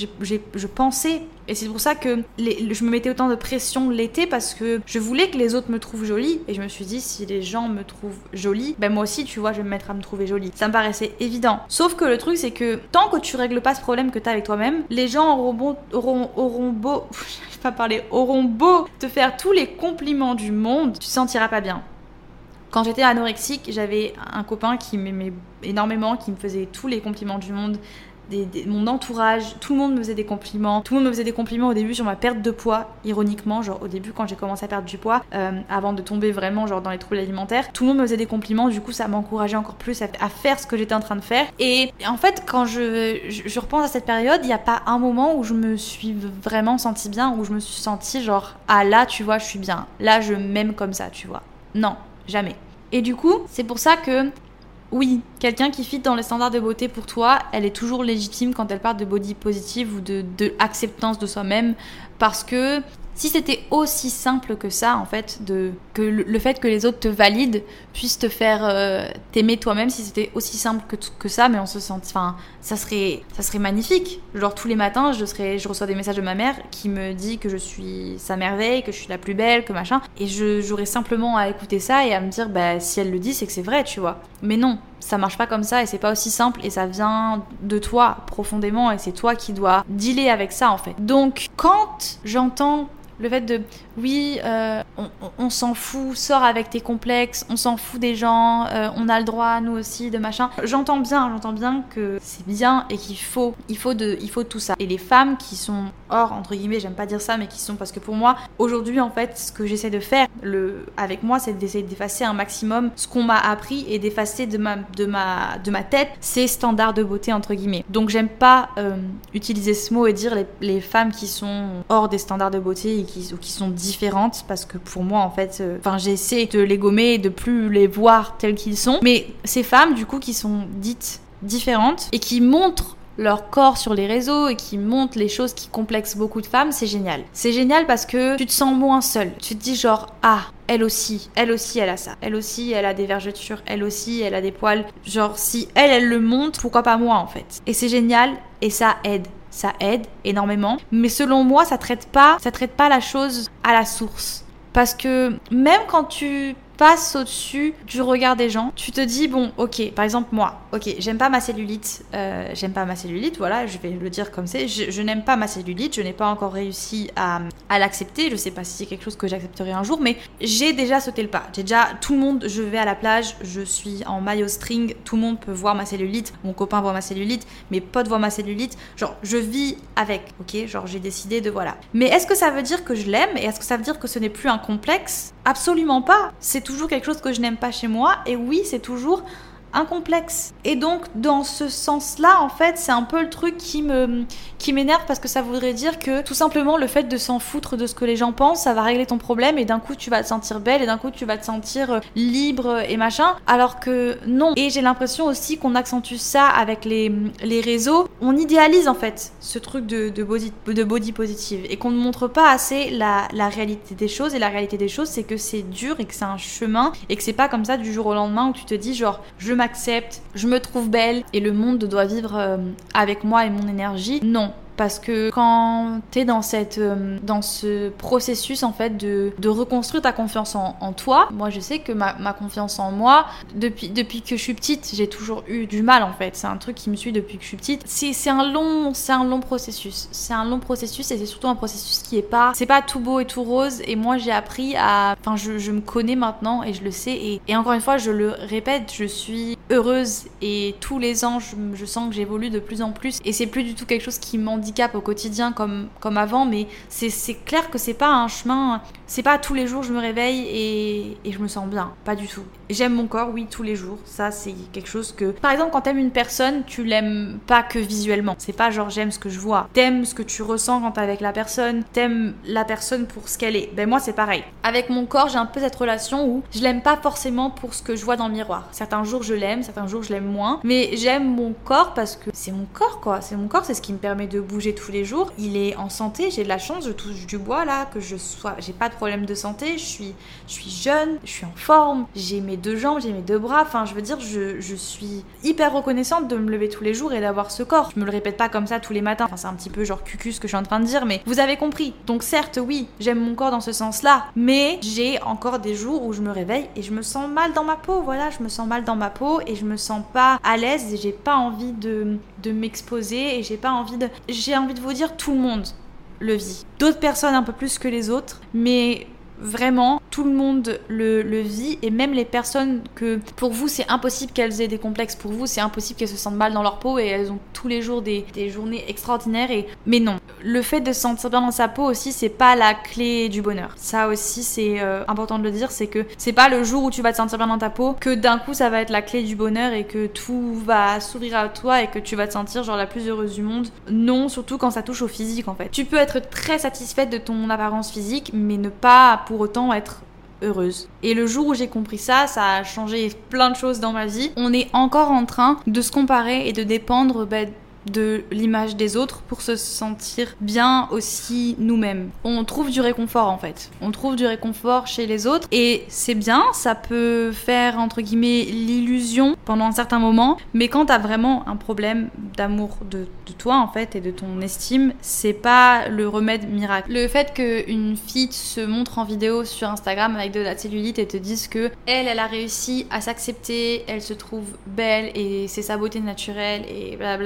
je pensais, et c'est pour ça que je me mettais autant de pression l'été parce que je voulais que les autres me trouvent jolie. Et je me suis dit, si les gens me trouvent jolie, moi aussi, tu vois, je vais me mettre à me trouver jolie. Ça me paraissait évident. Sauf que le truc, c'est que tant que tu règles pas ce problème que t'as avec toi-même, les gens auront beau te faire tous les compliments du monde, tu te sentiras pas bien. Quand j'étais anorexique, j'avais un copain qui m'aimait énormément, qui me faisait tous les compliments du monde. Mon entourage, tout le monde me faisait des compliments. Tout le monde me faisait des compliments au début sur ma perte de poids, ironiquement, genre au début quand j'ai commencé à perdre du poids, avant de tomber vraiment genre dans les troubles alimentaires, tout le monde me faisait des compliments, du coup ça m'encourageait encore plus à faire ce que j'étais en train de faire. Et en fait quand je repense à cette période, il n'y a pas un moment où je me suis vraiment sentie bien, où je me suis sentie genre ah là tu vois je suis bien, là je m'aime comme ça tu vois. Non, jamais. Et du coup c'est pour ça que oui, quelqu'un qui fit dans les standards de beauté pour toi, elle est toujours légitime quand elle parle de body positive ou de acceptance de soi-même parce que si c'était aussi simple que ça, en fait, que le fait que les autres te valident puisse te faire t'aimer toi-même, si c'était aussi simple que ça, mais on se sent, ça serait magnifique. Genre tous les matins, je reçois des messages de ma mère qui me dit que je suis sa merveille, que je suis la plus belle, que machin, et j'aurais simplement à écouter ça et à me dire, si elle le dit, c'est que c'est vrai, tu vois. Mais non. Ça marche pas comme ça et c'est pas aussi simple et ça vient de toi profondément et c'est toi qui dois dealer avec ça en fait. Donc quand j'entends Le fait de, oui, on s'en fout, sors avec tes complexes, on s'en fout des gens, on a le droit, nous aussi, de machin. J'entends bien que c'est bien et qu'il faut tout ça. Et les femmes qui sont hors, entre guillemets, j'aime pas dire ça, mais qui sont, parce que pour moi, aujourd'hui, en fait, ce que j'essaie de faire avec moi, c'est d'essayer d'effacer un maximum ce qu'on m'a appris et d'effacer de ma tête ces standards de beauté, entre guillemets. Donc, j'aime pas utiliser ce mot et dire les femmes qui sont hors des standards de beauté et qui sont différentes, parce que pour moi, en fait, j'essaie de les gommer et de plus les voir tels qu'ils sont. Mais ces femmes, du coup, qui sont dites différentes et qui montrent leur corps sur les réseaux et qui montrent les choses qui complexent beaucoup de femmes, c'est génial. C'est génial parce que tu te sens moins seule. Tu te dis genre, ah, elle aussi, elle a ça. Elle aussi, elle a des vergetures. Elle aussi, elle a des poils. Genre, si elle le montre, pourquoi pas moi, en fait. Et c'est génial et ça aide. Ça aide énormément. Mais selon moi, ça traite pas la chose à la source. Parce que même quand tu passes au-dessus du regard des gens, tu te dis, bon, ok, par exemple moi, ok, j'aime pas ma cellulite, voilà, je vais le dire comme c'est, je n'aime pas ma cellulite, je n'ai pas encore réussi à l'accepter, je sais pas si c'est quelque chose que j'accepterai un jour, mais j'ai déjà sauté le pas, tout le monde, je vais à la plage, je suis en maillot string, tout le monde peut voir ma cellulite, mon copain voit ma cellulite, mes potes voient ma cellulite, genre, je vis avec, ok, genre, j'ai décidé de, voilà. Mais est-ce que ça veut dire que je l'aime, et est-ce que ça veut dire que ce n'est plus un complexe ? Absolument pas, c'est toujours quelque chose que je n'aime pas chez moi, et oui, c'est toujours un complexe. Et donc, dans ce sens-là, en fait, c'est un peu le truc qui m'énerve, parce que ça voudrait dire que, tout simplement, le fait de s'en foutre de ce que les gens pensent, ça va régler ton problème, et d'un coup, tu vas te sentir belle, et d'un coup, tu vas te sentir libre et machin, alors que non. Et j'ai l'impression aussi qu'on accentue ça avec les réseaux. On idéalise, en fait, ce truc de body positive, et qu'on ne montre pas assez la réalité des choses, et la réalité des choses, c'est que c'est dur, et que c'est un chemin, et que c'est pas comme ça du jour au lendemain où tu te dis, genre, je m'accepte, je me trouve belle et le monde doit vivre avec moi et mon énergie. Non. Parce que quand t'es dans ce processus en fait de reconstruire ta confiance en toi, moi je sais que ma confiance en moi, depuis que je suis petite, j'ai toujours eu du mal en fait. C'est un truc qui me suit depuis que je suis petite. C'est un long processus. C'est un long processus et c'est surtout un processus c'est pas tout beau et tout rose. Et moi j'ai appris je me connais maintenant et je le sais. Et encore une fois, je le répète, je suis heureuse et tous les ans je sens que j'évolue de plus en plus. Et c'est plus du tout quelque chose qui m'handicap au quotidien comme avant, mais c'est clair que c'est pas un chemin, c'est pas tous les jours je me réveille et je me sens bien, pas du tout. J'aime mon corps, oui, tous les jours, ça c'est quelque chose que... Par exemple, quand t'aimes une personne, tu l'aimes pas que visuellement, c'est pas genre j'aime ce que je vois, t'aimes ce que tu ressens quand t'es avec la personne, t'aimes la personne pour ce qu'elle est. Ben moi c'est pareil. Avec mon corps, j'ai un peu cette relation où je l'aime pas forcément pour ce que je vois dans le miroir. Certains jours je l'aime, certains jours je l'aime moins, mais j'aime mon corps parce que c'est mon corps quoi, c'est mon corps, c'est ce qui me permet de bouger tous les jours. Il est en santé, j'ai de la chance, je touche du bois là, j'ai pas de problème de santé, je suis jeune, je suis en forme, j'ai mes 2 jambes, j'ai mes 2 bras, enfin je veux dire, je suis hyper reconnaissante de me lever tous les jours et d'avoir ce corps. Je me le répète pas comme ça tous les matins, enfin c'est un petit peu genre cucu ce que je suis en train de dire, mais vous avez compris. Donc certes oui, j'aime mon corps dans ce sens-là, mais j'ai encore des jours où je me réveille et je me sens mal dans ma peau, voilà, je me sens mal dans ma peau et je me sens pas à l'aise et j'ai pas envie de m'exposer et j'ai envie de vous dire, tout le monde le vit. D'autres personnes un peu plus que les autres, mais vraiment, tout le monde le vit, et même les personnes que, pour vous, c'est impossible qu'elles aient des complexes, pour vous, c'est impossible qu'elles se sentent mal dans leur peau, et elles ont tous les jours des journées extraordinaires, mais non. Le fait de se sentir bien dans sa peau aussi, c'est pas la clé du bonheur. Ça aussi, c'est important de le dire, c'est que c'est pas le jour où tu vas te sentir bien dans ta peau que d'un coup, ça va être la clé du bonheur, et que tout va sourire à toi, et que tu vas te sentir genre la plus heureuse du monde. Non, surtout quand ça touche au physique, en fait. Tu peux être très satisfaite de ton apparence physique, mais ne pas pour autant être heureuse. Et le jour où j'ai compris ça, ça a changé plein de choses dans ma vie. On est encore en train de se comparer et de dépendre de l'image des autres pour se sentir bien aussi nous-mêmes. On trouve du réconfort en fait. On trouve du réconfort chez les autres et c'est bien, ça peut faire entre guillemets l'illusion pendant un certain moment, mais quand t'as vraiment un problème d'amour de toi en fait et de ton estime, c'est pas le remède miracle. Le fait qu'une fille se montre en vidéo sur Instagram avec de la cellulite et te dise que elle a réussi à s'accepter, elle se trouve belle et c'est sa beauté naturelle et blablabla, vous avez compris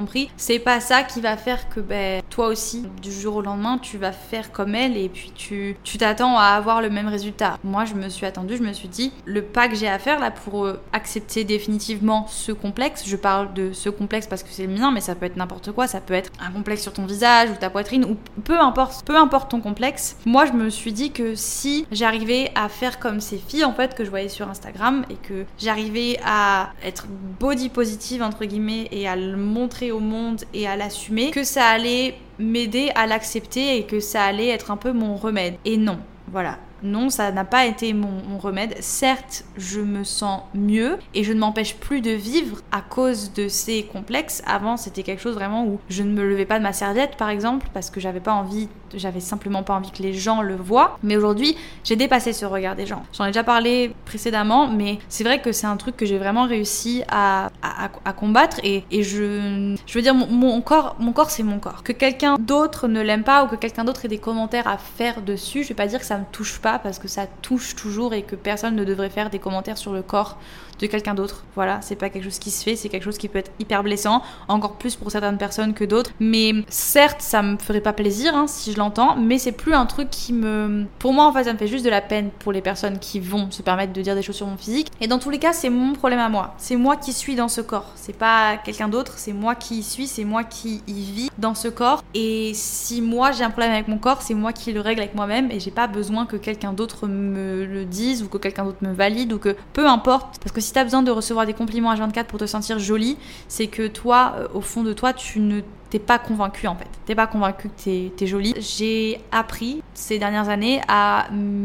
compris, c'est pas ça qui va faire que toi aussi, du jour au lendemain, tu vas faire comme elle et puis tu t'attends à avoir le même résultat. Moi, je me suis dit, le pas que j'ai à faire là pour accepter définitivement ce complexe, je parle de ce complexe parce que c'est le mien, mais ça peut être n'importe quoi, ça peut être un complexe sur ton visage ou ta poitrine, ou peu importe ton complexe. Moi, je me suis dit que si j'arrivais à faire comme ces filles en fait que je voyais sur Instagram et que j'arrivais à être body positive entre guillemets et à le montrer au monde et à l'assumer, que ça allait m'aider à l'accepter et que ça allait être un peu mon remède. Et non, voilà. Non, ça n'a pas été mon remède. Certes, je me sens mieux et je ne m'empêche plus de vivre à cause de ces complexes. Avant, c'était quelque chose vraiment où je ne me levais pas de ma serviette, par exemple, parce que j'avais simplement pas envie que les gens le voient. Mais aujourd'hui, j'ai dépassé ce regard des gens. J'en ai déjà parlé précédemment, mais c'est vrai que c'est un truc que j'ai vraiment réussi à combattre. Et je veux dire, mon corps, c'est mon corps. Que quelqu'un d'autre ne l'aime pas ou que quelqu'un d'autre ait des commentaires à faire dessus, je vais pas dire que ça me touche pas, parce que ça touche toujours et que personne ne devrait faire des commentaires sur le corps de quelqu'un d'autre. Voilà, c'est pas quelque chose qui se fait, c'est quelque chose qui peut être hyper blessant, encore plus pour certaines personnes que d'autres. Mais certes, ça me ferait pas plaisir si je l'entends, mais c'est plus un truc pour moi en fait, ça me fait juste de la peine pour les personnes qui vont se permettre de dire des choses sur mon physique. Et dans tous les cas, c'est mon problème à moi. C'est moi qui suis dans ce corps. C'est pas quelqu'un d'autre, c'est moi qui y suis, c'est moi qui y vis dans ce corps. Et si moi j'ai un problème avec mon corps, c'est moi qui le règle avec moi-même et j'ai pas besoin que quelqu'un d'autre me le dise ou que quelqu'un d'autre me valide ou que peu importe. Parce que si t'as besoin de recevoir des compliments H24 pour te sentir jolie, c'est que toi, au fond de toi, t'es pas convaincue en fait. T'es pas convaincue que t'es jolie. J'ai appris ces dernières années à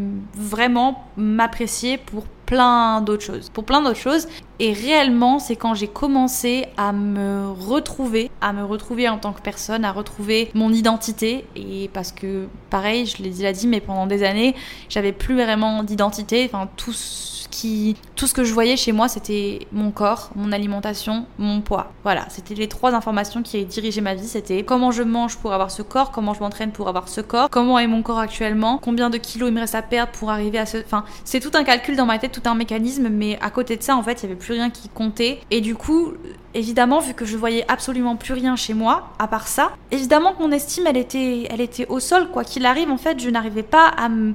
vraiment m'apprécier pour plein d'autres choses. Et réellement, c'est quand j'ai commencé à me retrouver en tant que personne, à retrouver mon identité. Et parce que, pareil, je l'ai déjà dit, mais pendant des années, j'avais plus vraiment d'identité. Enfin, tout ce que je voyais chez moi, c'était mon corps, mon alimentation, mon poids. Voilà, c'était les 3 informations qui dirigeaient ma vie. C'était comment je mange pour avoir ce corps, comment je m'entraîne pour avoir ce corps, comment est mon corps actuellement, combien de kilos il me reste à perdre pour arriver à ce... Enfin, c'est tout un calcul dans ma tête, tout un mécanisme, mais à côté de ça, en fait, il n'y avait plus rien qui comptait. Et du coup, évidemment, vu que je voyais absolument plus rien chez moi, à part ça, évidemment que mon estime, elle était au sol. Quoi qu'il arrive, en fait, je n'arrivais pas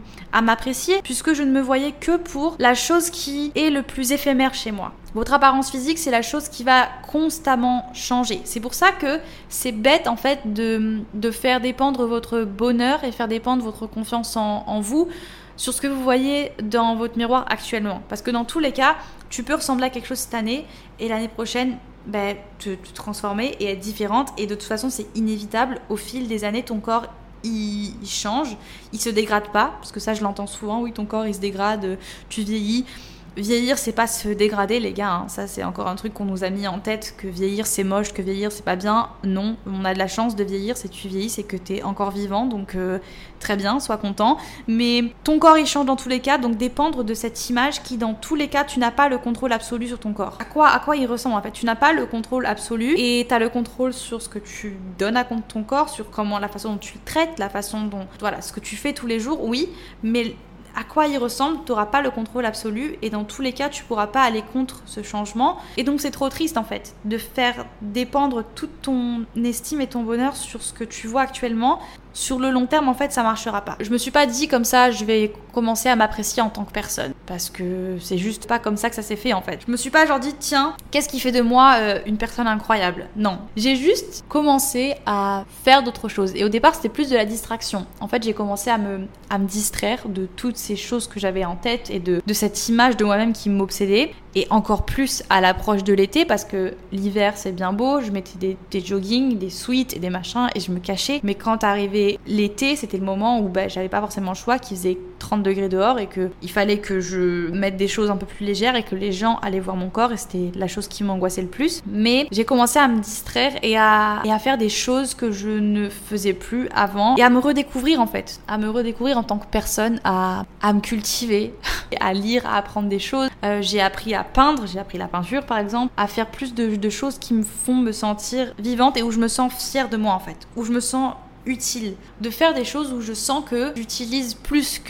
à m'apprécier, puisque je ne me voyais que pour la chose qui est le plus éphémère chez moi. Votre apparence physique, c'est la chose qui va constamment changer. C'est pour ça que c'est bête, en fait, de faire dépendre votre bonheur et faire dépendre votre confiance en vous sur ce que vous voyez dans votre miroir actuellement. Parce que dans tous les cas, tu peux ressembler à quelque chose cette année et l'année prochaine, te transformer et être différente. Et de toute façon, c'est inévitable. Au fil des années, ton corps, il change. Il se dégrade pas. Parce que ça, je l'entends souvent. Oui, ton corps, il se dégrade. Tu vieillis. Vieillir, c'est pas se dégrader, les gars. Ça, c'est encore un truc qu'on nous a mis en tête, que vieillir, c'est moche, que vieillir, c'est pas bien. Non, on a de la chance de vieillir. Si tu vieillis, c'est que t'es encore vivant. Donc, très bien, sois content. Mais ton corps, il change dans tous les cas. Donc, dépendre de cette image qui, dans tous les cas, tu n'as pas le contrôle absolu sur ton corps. À quoi il ressemble, en fait? Tu n'as pas le contrôle absolu. Et t'as le contrôle sur ce que tu donnes à ton corps, sur la façon dont tu le traites, la façon dont... Voilà, ce que tu fais tous les jours, oui. Mais... à quoi il ressemble, tu n'auras pas le contrôle absolu et dans tous les cas, tu ne pourras pas aller contre ce changement. Et donc, c'est trop triste en fait de faire dépendre toute ton estime et ton bonheur sur ce que tu vois actuellement. Sur le long terme, en fait, ça marchera pas. Je me suis pas dit comme ça, je vais commencer à m'apprécier en tant que personne. Parce que c'est juste pas comme ça que ça s'est fait, en fait. Je me suis pas genre dit, tiens, qu'est-ce qui fait de moi une personne incroyable? Non. J'ai juste commencé à faire d'autres choses. Et au départ, c'était plus de la distraction. En fait, j'ai commencé à me distraire de toutes ces choses que j'avais en tête et de cette image de moi-même qui m'obsédait. Et encore plus à l'approche de l'été, parce que l'hiver, c'est bien beau. Je mettais des joggings, des sweats et des machins et je me cachais. Mais quand arrivait l'été, c'était le moment où j'avais pas forcément le choix, qu'il faisait 30 degrés dehors et qu'il fallait que je mette des choses un peu plus légères et que les gens allaient voir mon corps et c'était la chose qui m'angoissait le plus. Mais j'ai commencé à me distraire et à faire des choses que je ne faisais plus avant et à me redécouvrir en fait, à me redécouvrir en tant que personne, à me cultiver, à lire, à apprendre des choses. J'ai appris à peindre, j'ai appris la peinture par exemple, à faire plus de choses qui me font me sentir vivante et où je me sens fière de moi en fait, où je me sens utile, de faire des choses où je sens que j'utilise plus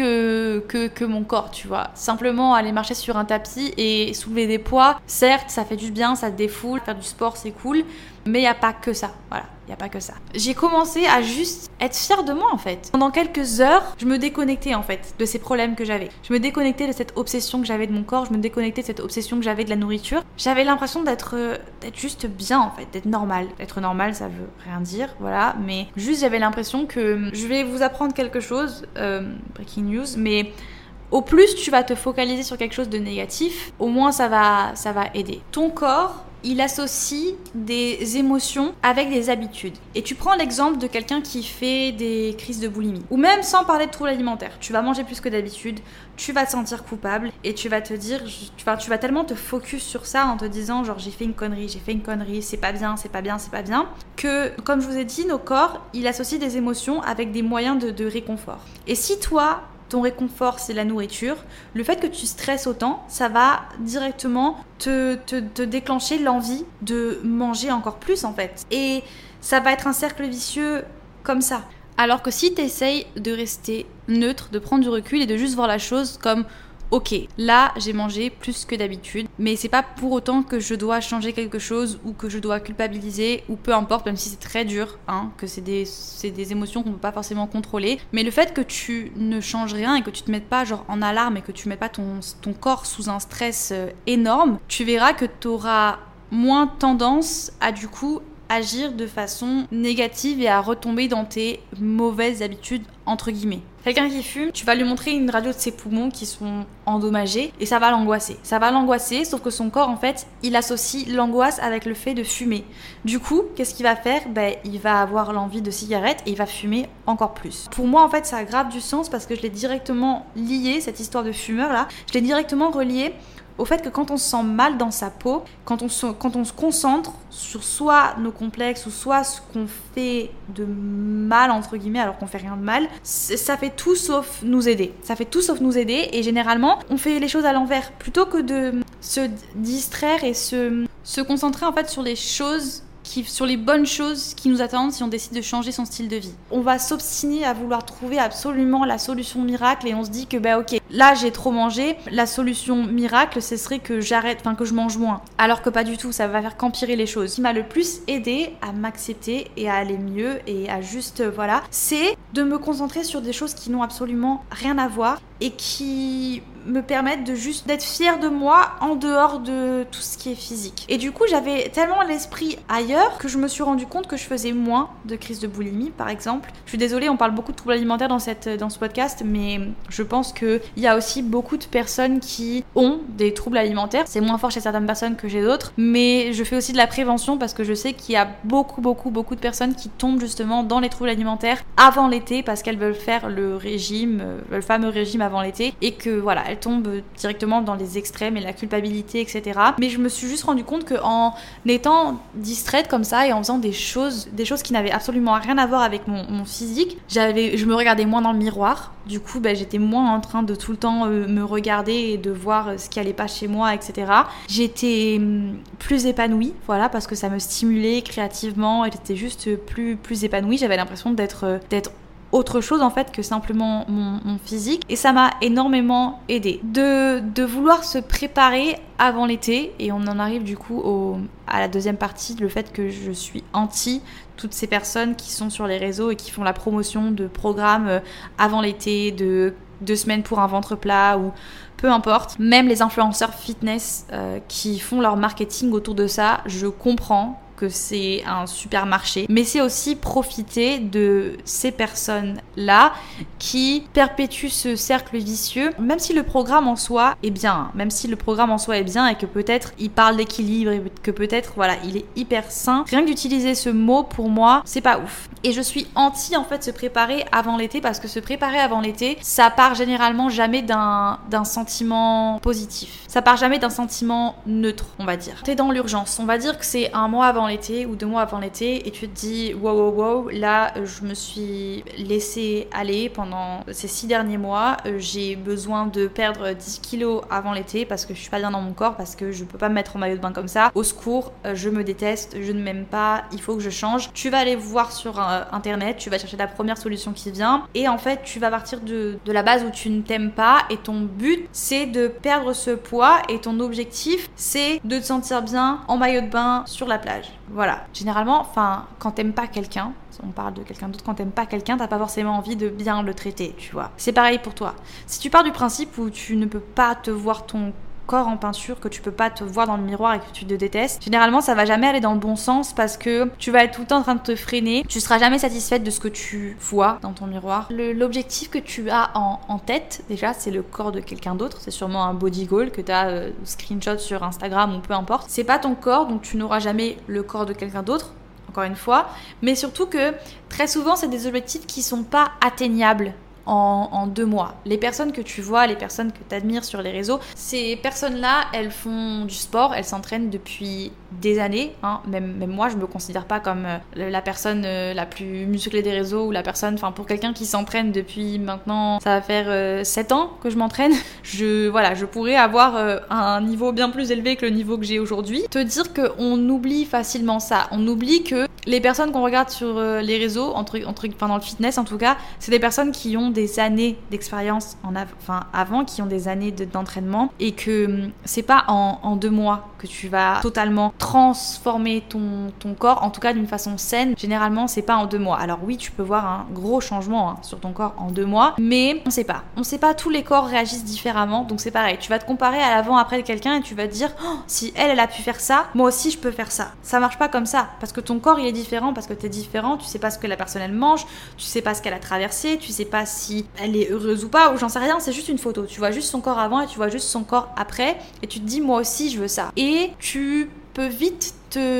que mon corps, tu vois. Simplement aller marcher sur un tapis et soulever des poids, certes, ça fait du bien, ça te défoule, faire du sport, c'est cool, Mais il n'y a pas que ça, voilà. Il n'y a pas que ça. J'ai commencé à juste être fière de moi en fait. Pendant quelques heures, je me déconnectais en fait de ces problèmes que j'avais. Je me déconnectais de cette obsession que j'avais de mon corps, je me déconnectais de cette obsession que j'avais de la nourriture. J'avais l'impression d'être juste bien en fait, d'être normale. Être normale, ça veut rien dire, voilà. Mais juste j'avais l'impression que je vais vous apprendre quelque chose, breaking news, mais au plus tu vas te focaliser sur quelque chose de négatif, au moins ça va aider. Ton corps, il associe des émotions avec des habitudes. Et tu prends l'exemple de quelqu'un qui fait des crises de boulimie. Ou même sans parler de troubles alimentaires. Tu vas manger plus que d'habitude, tu vas te sentir coupable et tu vas te dire, tu vas tellement te focus sur ça en te disant genre j'ai fait une connerie, c'est pas bien, que comme je vous ai dit, nos corps, il associe des émotions avec des moyens de réconfort. Et si toi, ton réconfort, c'est la nourriture, le fait que tu stresses autant, ça va directement te déclencher l'envie de manger encore plus en fait. Et ça va être un cercle vicieux comme ça. Alors que si tu essayes de rester neutre, de prendre du recul et de juste voir la chose comme ok, là j'ai mangé plus que d'habitude, mais c'est pas pour autant que je dois changer quelque chose ou que je dois culpabiliser ou peu importe, même si c'est très dur, que c'est des émotions qu'on peut pas forcément contrôler. Mais le fait que tu ne changes rien et que tu te mettes pas genre en alarme et que tu mettes pas ton corps sous un stress énorme, tu verras que tu auras moins tendance à du coup agir de façon négative et à retomber dans tes mauvaises habitudes entre guillemets. Quelqu'un qui fume, tu vas lui montrer une radio de ses poumons qui sont endommagés et ça va l'angoisser. Ça va l'angoisser, sauf que son corps en fait, il associe l'angoisse avec le fait de fumer. Du coup, qu'est-ce qu'il va faire ? Il va avoir l'envie de cigarette et il va fumer encore plus. Pour moi en fait, ça a grave du sens parce que je l'ai directement lié, cette histoire de fumeur là, je l'ai directement relié au fait que quand on se sent mal dans sa peau, quand on se concentre sur soit nos complexes ou soit ce qu'on fait de mal entre guillemets alors qu'on fait rien de mal, ça fait tout sauf nous aider. Ça fait tout sauf nous aider et généralement on fait les choses à l'envers plutôt que de se distraire et se concentrer en fait sur les choses sur les bonnes choses qui nous attendent si on décide de changer son style de vie. On va s'obstiner à vouloir trouver absolument la solution miracle et on se dit que ok, là j'ai trop mangé, la solution miracle ce serait que que je mange moins. Alors que pas du tout, ça va faire qu'empirer les choses. Ce qui m'a le plus aidé à m'accepter et à aller mieux et à juste c'est de me concentrer sur des choses qui n'ont absolument rien à voir et qui me permettent de juste d'être fière de moi en dehors de tout ce qui est physique. Et du coup, j'avais tellement l'esprit ailleurs que je me suis rendu compte que je faisais moins de crises de boulimie, par exemple. Je suis désolée, on parle beaucoup de troubles alimentaires dans ce podcast, mais je pense qu'il y a aussi beaucoup de personnes qui ont des troubles alimentaires. C'est moins fort chez certaines personnes que chez d'autres, mais je fais aussi de la prévention parce que je sais qu'il y a beaucoup de personnes qui tombent justement dans les troubles alimentaires avant l'été parce qu'elles veulent faire le fameux régime avant l'été et que elles tombent directement dans les extrêmes et la culpabilité, etc. Mais je me suis juste rendu compte qu'en étant distraite comme ça et en faisant des choses qui n'avaient absolument rien à voir avec mon physique, je me regardais moins dans le miroir. Du coup, j'étais moins en train de tout le temps me regarder et de voir ce qui allait pas chez moi, etc. J'étais plus épanouie, parce que ça me stimulait créativement et j'étais juste plus épanouie. J'avais l'impression d'être autre chose en fait que simplement mon physique et ça m'a énormément aidée de vouloir se préparer avant l'été et on en arrive du coup à la deuxième partie, le fait que je suis anti toutes ces personnes qui sont sur les réseaux et qui font la promotion de programmes avant l'été, de 2 semaines pour un ventre plat ou peu importe, même les influenceurs fitness qui font leur marketing autour de ça, je comprends que c'est un super marché, mais c'est aussi profiter de ces personnes-là qui perpétuent ce cercle vicieux, même si le programme en soi est bien, et que peut-être il parle d'équilibre et que peut-être il est hyper sain. Rien que d'utiliser ce mot pour moi, c'est pas ouf. Et je suis anti en fait se préparer avant l'été parce que se préparer avant l'été, ça part généralement jamais d'un sentiment positif. Ça part jamais d'un sentiment neutre, on va dire. T'es dans l'urgence. On va dire que c'est 1 mois avant l'été ou 2 mois avant l'été et tu te dis wow, là je me suis laissé aller pendant ces 6 derniers mois. J'ai besoin de perdre 10 kilos avant l'été parce que je suis pas bien dans mon corps, parce que je peux pas me mettre en maillot de bain comme ça. Au secours, je me déteste, je ne m'aime pas, il faut que je change. Tu vas aller voir sur internet, tu vas chercher la première solution qui vient et en fait tu vas partir de la base où tu ne t'aimes pas et ton but c'est de perdre ce poids et ton objectif c'est de te sentir bien en maillot de bain sur la plage. Voilà. Généralement, quand t'aimes pas quelqu'un, on parle de quelqu'un d'autre, quand t'aimes pas quelqu'un, t'as pas forcément envie de bien le traiter, tu vois. C'est pareil pour toi. Si tu pars du principe où tu ne peux pas te voir ton corps en peinture, que tu peux pas te voir dans le miroir et que tu te détestes, généralement ça va jamais aller dans le bon sens parce que tu vas être tout le temps en train de te freiner, tu seras jamais satisfaite de ce que tu vois dans ton miroir. L'objectif que tu as en tête, déjà, c'est le corps de quelqu'un d'autre, c'est sûrement un body goal que tu as screenshot sur Instagram ou peu importe. C'est pas ton corps, donc tu n'auras jamais le corps de quelqu'un d'autre, encore une fois, mais surtout que très souvent c'est des objectifs qui sont pas atteignables en 2 mois. Les personnes que tu vois, les personnes que tu admires sur les réseaux, ces personnes-là, elles font du sport, elles s'entraînent depuis des années. Même moi, je me considère pas comme la personne la plus musclée des réseaux ou la personne, pour quelqu'un qui s'entraîne depuis maintenant, ça va faire 7 ans que je m'entraîne. Je pourrais avoir un niveau bien plus élevé que le niveau que j'ai aujourd'hui. Te dire qu'on oublie facilement ça. On oublie que les personnes qu'on regarde sur les réseaux, dans le fitness en tout cas, c'est des personnes qui ont des années d'expérience avant, qui ont des années d'entraînement, et que c'est pas en 2 mois que tu vas totalement transformer ton corps, en tout cas d'une façon saine. Généralement, c'est pas en 2 mois. Alors oui, tu peux voir un gros changement sur ton corps en 2 mois, mais on sait pas, tous les corps réagissent différemment, donc c'est pareil. Tu vas te comparer à l'avant-après de quelqu'un et tu vas te dire si elle a pu faire ça, moi aussi je peux faire ça. Ça marche pas comme ça, parce que ton corps il est différent, parce que t'es différent, tu sais pas ce que la personne elle mange, tu sais pas ce qu'elle a traversé, tu sais pas si elle est heureuse ou pas, ou j'en sais rien, c'est juste une photo. Tu vois juste son corps avant et tu vois juste son corps après, et tu te dis moi aussi je veux ça. Et tu peux vite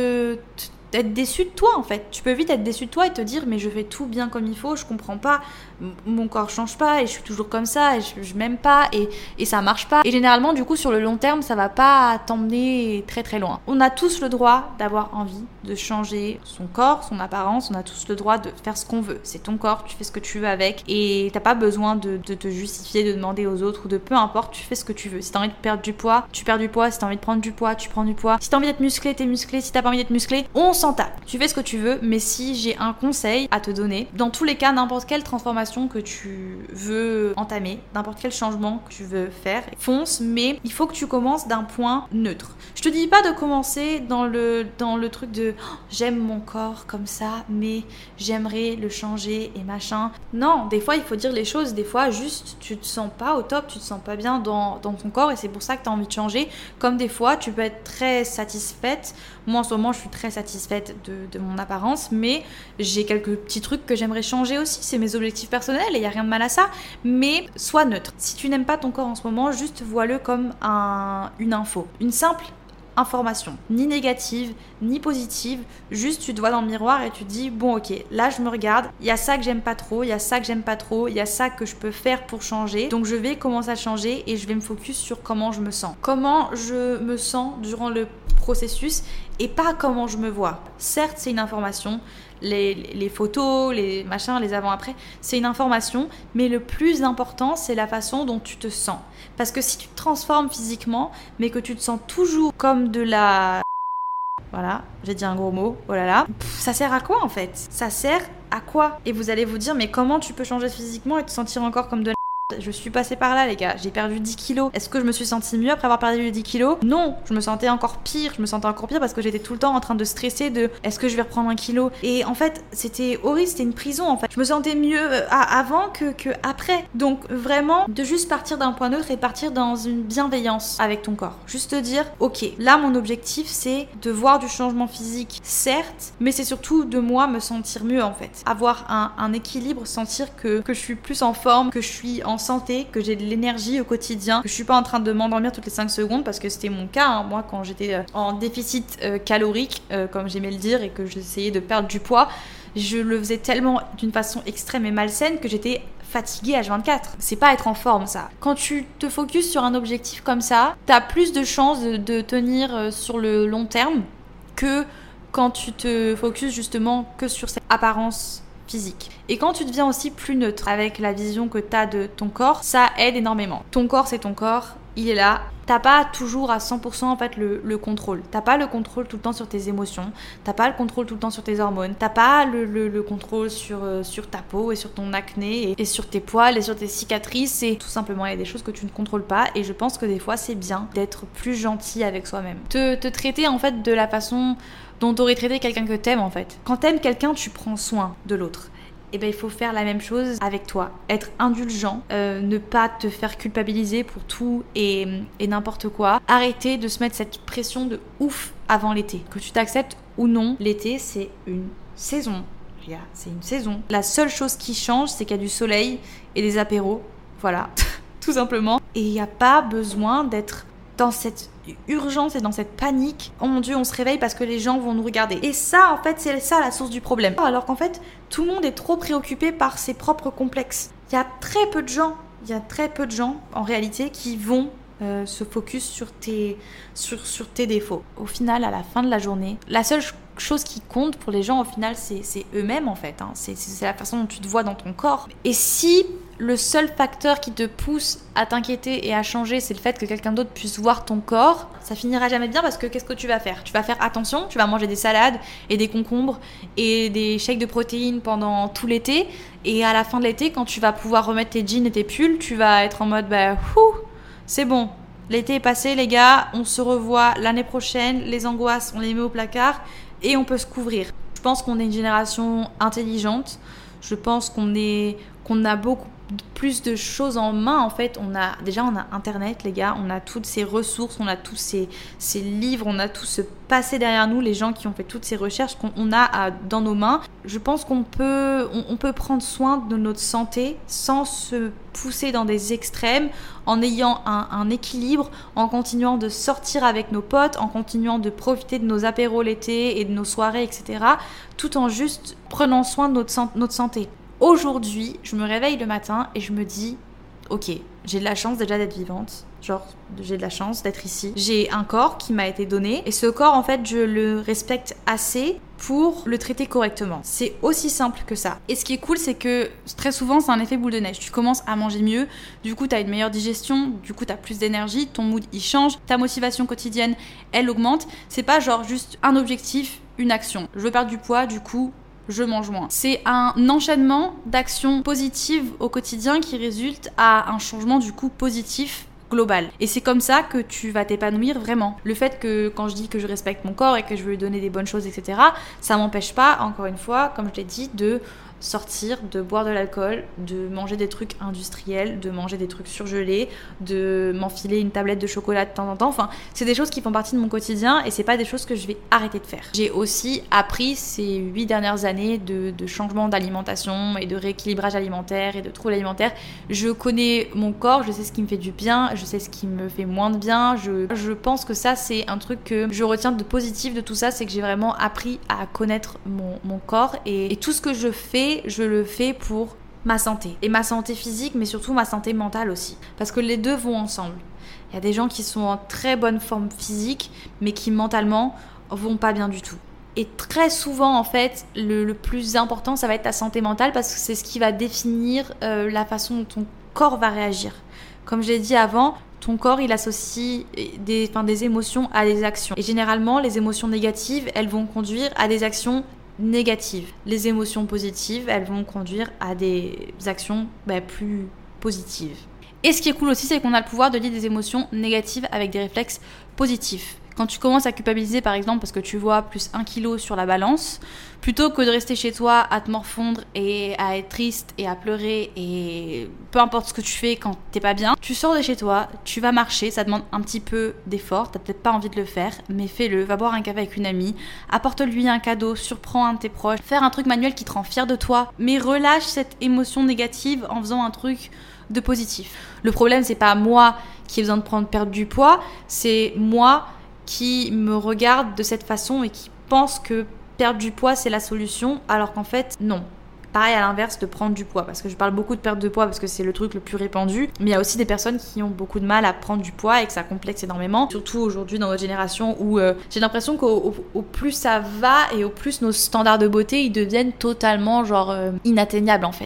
être déçu de toi en fait. Tu peux vite être déçu de toi et te dire mais je fais tout bien comme il faut, je comprends pas, mon corps change pas et je suis toujours comme ça et je m'aime pas et ça marche pas. Et généralement du coup sur le long terme ça va pas t'emmener très très loin. On a tous le droit d'avoir envie de changer son corps, son apparence, on a tous le droit de faire ce qu'on veut. C'est ton corps, tu fais ce que tu veux avec et t'as pas besoin de te justifier, de demander aux autres ou de peu importe, tu fais ce que tu veux. Si t'as envie de perdre du poids, tu perds du poids. Si t'as envie de prendre du poids, tu prends du poids. Si t'as envie d'être musclé, t'es musclé. Si t'as pas envie d'être musclé, on s'en tape. Tu fais ce que tu veux, mais si j'ai un conseil à te donner, dans tous les cas, n'importe quelle transformation que tu veux entamer, n'importe quel changement que tu veux faire, fonce, mais il faut que tu commences d'un point neutre. Je te dis pas de commencer dans le truc de j'aime mon corps comme ça, mais j'aimerais le changer et machin. Non, des fois il faut dire les choses, des fois juste tu te sens pas au top, tu te sens pas bien dans ton corps et c'est pour ça que tu as envie de changer. Comme des fois tu peux être très satisfaite. Moi en ce moment je suis très satisfaite de mon apparence, mais j'ai quelques petits trucs que j'aimerais changer aussi, c'est mes objectifs personnels et il n'y a rien de mal à ça, mais sois neutre. Si tu n'aimes pas ton corps en ce moment, juste vois-le comme une info, une simple information, ni négative, ni positive, juste tu te vois dans le miroir et tu te dis bon ok, là je me regarde, il y a ça que j'aime pas trop, il y a ça que j'aime pas trop, il y a ça que je peux faire pour changer, donc je vais commencer à changer et je vais me focus sur comment je me sens. Comment je me sens durant le processus et pas comment je me vois. Certes c'est une information, les photos, les machins, les avant-après, c'est une information, mais le plus important, c'est la façon dont tu te sens. Parce que si tu te transformes physiquement, mais que tu te sens toujours comme de la... Voilà, j'ai dit un gros mot, oh là là. Ça sert à quoi en fait ? Ça sert à quoi ? Et vous allez vous dire, mais comment tu peux changer physiquement et te sentir encore comme de la... Je suis passée par là les gars, j'ai perdu 10 kilos. Est-ce que je me suis sentie mieux après avoir perdu les 10 kilos ? Non, je me sentais encore pire. Je me sentais encore pire parce que j'étais tout le temps en train de stresser de est-ce que je vais reprendre 1 kilo ? Et en fait, c'était horrible, c'était une prison en fait. Je me sentais mieux avant que après. Donc vraiment, de juste partir d'un point neutre et partir dans une bienveillance avec ton corps. Juste te dire, ok, là mon objectif c'est de voir du changement physique, certes, mais c'est surtout de moi me sentir mieux en fait. Avoir un équilibre, sentir que je suis plus en forme, que je suis en santé, que j'ai de l'énergie au quotidien, que je suis pas en train de m'endormir toutes les 5 secondes parce que c'était mon cas, moi quand j'étais en déficit calorique, comme j'aimais le dire, et que j'essayais de perdre du poids, je le faisais tellement d'une façon extrême et malsaine que j'étais fatiguée H24. C'est pas être en forme ça. Quand tu te focuses sur un objectif comme ça, t'as plus de chances de tenir sur le long terme que quand tu te focuses justement que sur cette apparence physique. Et quand tu deviens aussi plus neutre avec la vision que tu as de ton corps, ça aide énormément. Ton corps, c'est ton corps. il est là. T'as pas toujours à 100% en fait le contrôle. T'as pas le contrôle tout le temps sur tes émotions. T'as pas le contrôle tout le temps sur tes hormones. T'as pas le contrôle sur ta peau et sur ton acné et sur tes poils et sur tes cicatrices. Et tout simplement, il y a des choses que tu ne contrôles pas. Et je pense que des fois, c'est bien d'être plus gentil avec soi-même. Te traiter en fait de la façon dont t'aurais traité quelqu'un que t'aimes en fait. Quand t'aimes quelqu'un, tu prends soin de l'autre. Et ben il faut faire la même chose avec toi. Être indulgent, ne pas te faire culpabiliser pour tout et n'importe quoi. Arrêter de se mettre cette pression de ouf avant l'été. Que tu t'acceptes ou non, l'été c'est une saison. C'est une saison. La seule chose qui change, c'est qu'il y a du soleil et des apéros. Voilà, tout simplement. Et il n'y a pas besoin d'être dans cette urgence et dans cette panique. Oh mon Dieu, on se réveille parce que les gens vont nous regarder. Et ça, en fait, c'est ça la source du problème. Alors qu'en fait, tout le monde est trop préoccupé par ses propres complexes. Il y a très peu de gens, en réalité, qui vont se focus sur tes défauts. Au final, à la fin de la journée, la seule chose qui compte pour les gens, au final, c'est eux-mêmes, en fait. Hein. C'est la façon dont tu te vois dans ton corps. Et si le seul facteur qui te pousse à t'inquiéter et à changer, c'est le fait que quelqu'un d'autre puisse voir ton corps, ça finira jamais bien parce que qu'est-ce que tu vas faire ? Tu vas faire attention, tu vas manger des salades et des concombres et des shakes de protéines pendant tout l'été. Et à la fin de l'été, quand tu vas pouvoir remettre tes jeans et tes pulls, tu vas être en mode c'est bon, l'été est passé les gars, on se revoit l'année prochaine, les angoisses on les met au placard et on peut se couvrir. Je pense qu'on est une génération intelligente, je pense qu'on a beaucoup plus de choses en main en fait. On a internet les gars, on a toutes ces ressources, on a tous ces livres, on a tout ce passé derrière nous, les gens qui ont fait toutes ces recherches qu'on a dans nos mains. Je pense qu'on peut prendre soin de notre santé sans se pousser dans des extrêmes, en ayant un équilibre, en continuant de sortir avec nos potes, en continuant de profiter de nos apéros l'été et de nos soirées, etc. tout en juste prenant soin de notre santé. Aujourd'hui, je me réveille le matin et je me dis ok, j'ai de la chance déjà d'être vivante, j'ai de la chance d'être ici. J'ai un corps qui m'a été donné et ce corps en fait je le respecte assez pour le traiter correctement. C'est aussi simple que ça. Et ce qui est cool, c'est que très souvent c'est un effet boule de neige. Tu commences à manger mieux, du coup t'as une meilleure digestion, du coup t'as plus d'énergie, ton mood il change, ta motivation quotidienne elle augmente. C'est pas genre juste un objectif, une action. Je veux perdre du poids, du coup je mange moins. C'est un enchaînement d'actions positives au quotidien qui résulte à un changement du coup positif global. Et c'est comme ça que tu vas t'épanouir vraiment. Le fait que quand je dis que je respecte mon corps et que je veux lui donner des bonnes choses, etc., ça m'empêche pas, encore une fois, comme je l'ai dit, de sortir, de boire de l'alcool, de manger des trucs industriels, de manger des trucs surgelés, de m'enfiler une tablette de chocolat de temps en temps. Enfin, c'est des choses qui font partie de mon quotidien et c'est pas des choses que je vais arrêter de faire. J'ai aussi appris ces 8 dernières années de changement d'alimentation et de rééquilibrage alimentaire et de troubles alimentaires. Je connais mon corps, je sais ce qui me fait du bien, je sais ce qui me fait moins de bien. Je pense que ça, c'est un truc que je retiens de positif de tout ça, c'est que j'ai vraiment appris à connaître mon corps et tout ce que je fais, je le fais pour ma santé. Et ma santé physique, mais surtout ma santé mentale aussi. Parce que les deux vont ensemble. Il y a des gens qui sont en très bonne forme physique, mais qui mentalement vont pas bien du tout. Et très souvent, en fait, le plus important, ça va être ta santé mentale parce que c'est ce qui va définir la façon dont ton corps va réagir. Comme je l'ai dit avant, ton corps, il associe des émotions à des actions. Et généralement, les émotions négatives, elles vont conduire à des actions négatives. Les émotions positives, elles vont conduire à des actions plus positives. Et ce qui est cool aussi, c'est qu'on a le pouvoir de lier des émotions négatives avec des réflexes positifs. Quand tu commences à culpabiliser, par exemple, parce que tu vois plus 1 kilo sur la balance, plutôt que de rester chez toi à te morfondre et à être triste et à pleurer et peu importe ce que tu fais quand t'es pas bien, tu sors de chez toi, tu vas marcher, ça demande un petit peu d'effort, t'as peut-être pas envie de le faire, mais fais-le, va boire un café avec une amie, apporte-lui un cadeau, surprends un de tes proches, faire un truc manuel qui te rend fier de toi, mais relâche cette émotion négative en faisant un truc de positif. Le problème, c'est pas moi qui ai besoin de perdre du poids, c'est moi qui me regarde de cette façon et qui pense que perdre du poids c'est la solution, alors qu'en fait non. Pareil à l'inverse de prendre du poids, parce que je parle beaucoup de perte de poids parce que c'est le truc le plus répandu, mais il y a aussi des personnes qui ont beaucoup de mal à prendre du poids et que ça complexe énormément, surtout aujourd'hui dans notre génération où j'ai l'impression qu'au plus ça va et au plus nos standards de beauté ils deviennent totalement inatteignables en fait.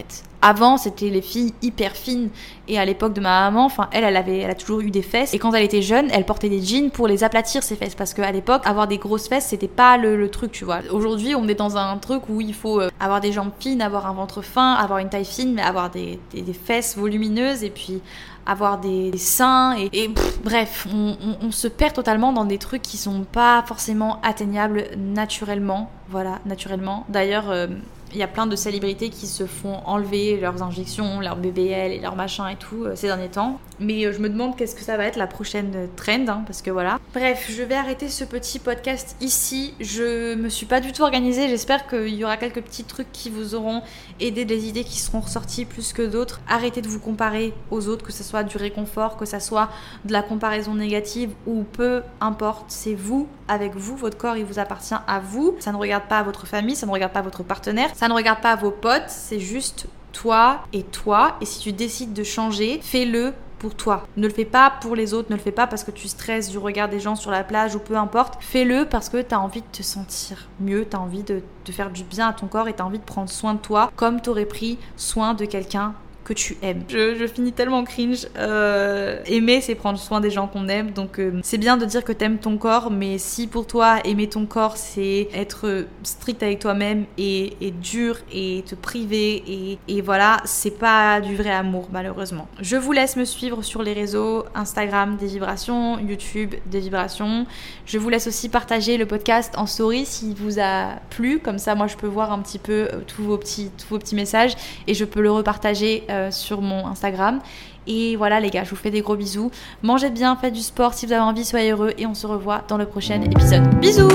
Avant, c'était les filles hyper fines. Et à l'époque de ma maman, enfin, elle a toujours eu des fesses. Et quand elle était jeune, elle portait des jeans pour les aplatir, ses fesses. Parce qu'à l'époque, avoir des grosses fesses, c'était pas le truc, tu vois. Aujourd'hui, on est dans un truc où il faut avoir des jambes fines, avoir un ventre fin, avoir une taille fine, mais avoir des fesses volumineuses et puis avoir des seins. Bref, on se perd totalement dans des trucs qui sont pas forcément atteignables naturellement. Voilà, naturellement. D'ailleurs, il y a plein de célébrités qui se font enlever leurs injections, leurs BBL et leurs machins et tout ces derniers temps. Mais je me demande qu'est-ce que ça va être la prochaine trend, hein, parce que voilà. Bref, je vais arrêter ce petit podcast ici. Je me suis pas du tout organisée. J'espère qu'il y aura quelques petits trucs qui vous auront aidé, des idées qui seront ressorties plus que d'autres. Arrêtez de vous comparer aux autres, que ce soit du réconfort, que ce soit de la comparaison négative ou peu importe. C'est vous, avec vous, votre corps, il vous appartient à vous. Ça ne regarde pas votre famille, ça ne regarde pas votre partenaire. Ça ne regarde pas vos potes, c'est juste toi. Et si tu décides de changer, fais-le pour toi. Ne le fais pas pour les autres, ne le fais pas parce que tu stresses du regard des gens sur la plage ou peu importe. Fais-le parce que tu as envie de te sentir mieux, tu as envie de faire du bien à ton corps et tu as envie de prendre soin de toi comme tu aurais pris soin de quelqu'un que tu aimes. Je finis tellement cringe. Aimer, c'est prendre soin des gens qu'on aime. Donc, c'est bien de dire que t'aimes ton corps, mais si pour toi, aimer ton corps, c'est être strict avec toi-même et dur et te priver et voilà, c'est pas du vrai amour, malheureusement. Je vous laisse me suivre sur les réseaux Instagram des vibrations, YouTube des vibrations. Je vous laisse aussi partager le podcast en story s'il vous a plu. Comme ça, moi, je peux voir un petit peu tous vos petits messages et je peux le repartager sur mon Instagram. Et voilà les gars, je vous fais des gros bisous. Mangez bien, faites du sport si vous avez envie, soyez heureux et on se revoit dans le prochain épisode. Bisous!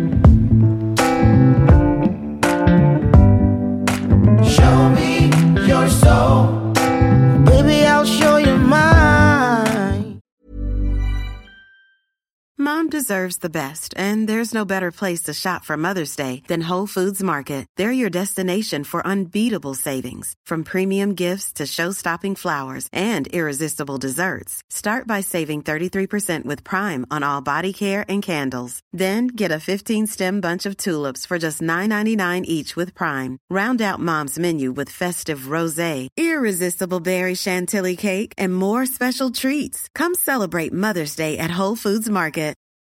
Show me your soul. Baby, I'll show you mine. Mom deserves the best, and there's no better place to shop for Mother's Day than Whole Foods Market. They're your destination for unbeatable savings, from premium gifts to show-stopping flowers and irresistible desserts. Start by saving 33% with Prime on all body care and candles. Then get a 15-stem bunch of tulips for just $9.99 each with Prime. Round out Mom's menu with festive rosé, irresistible berry chantilly cake, and more special treats. Come celebrate Mother's Day at Whole Foods Market.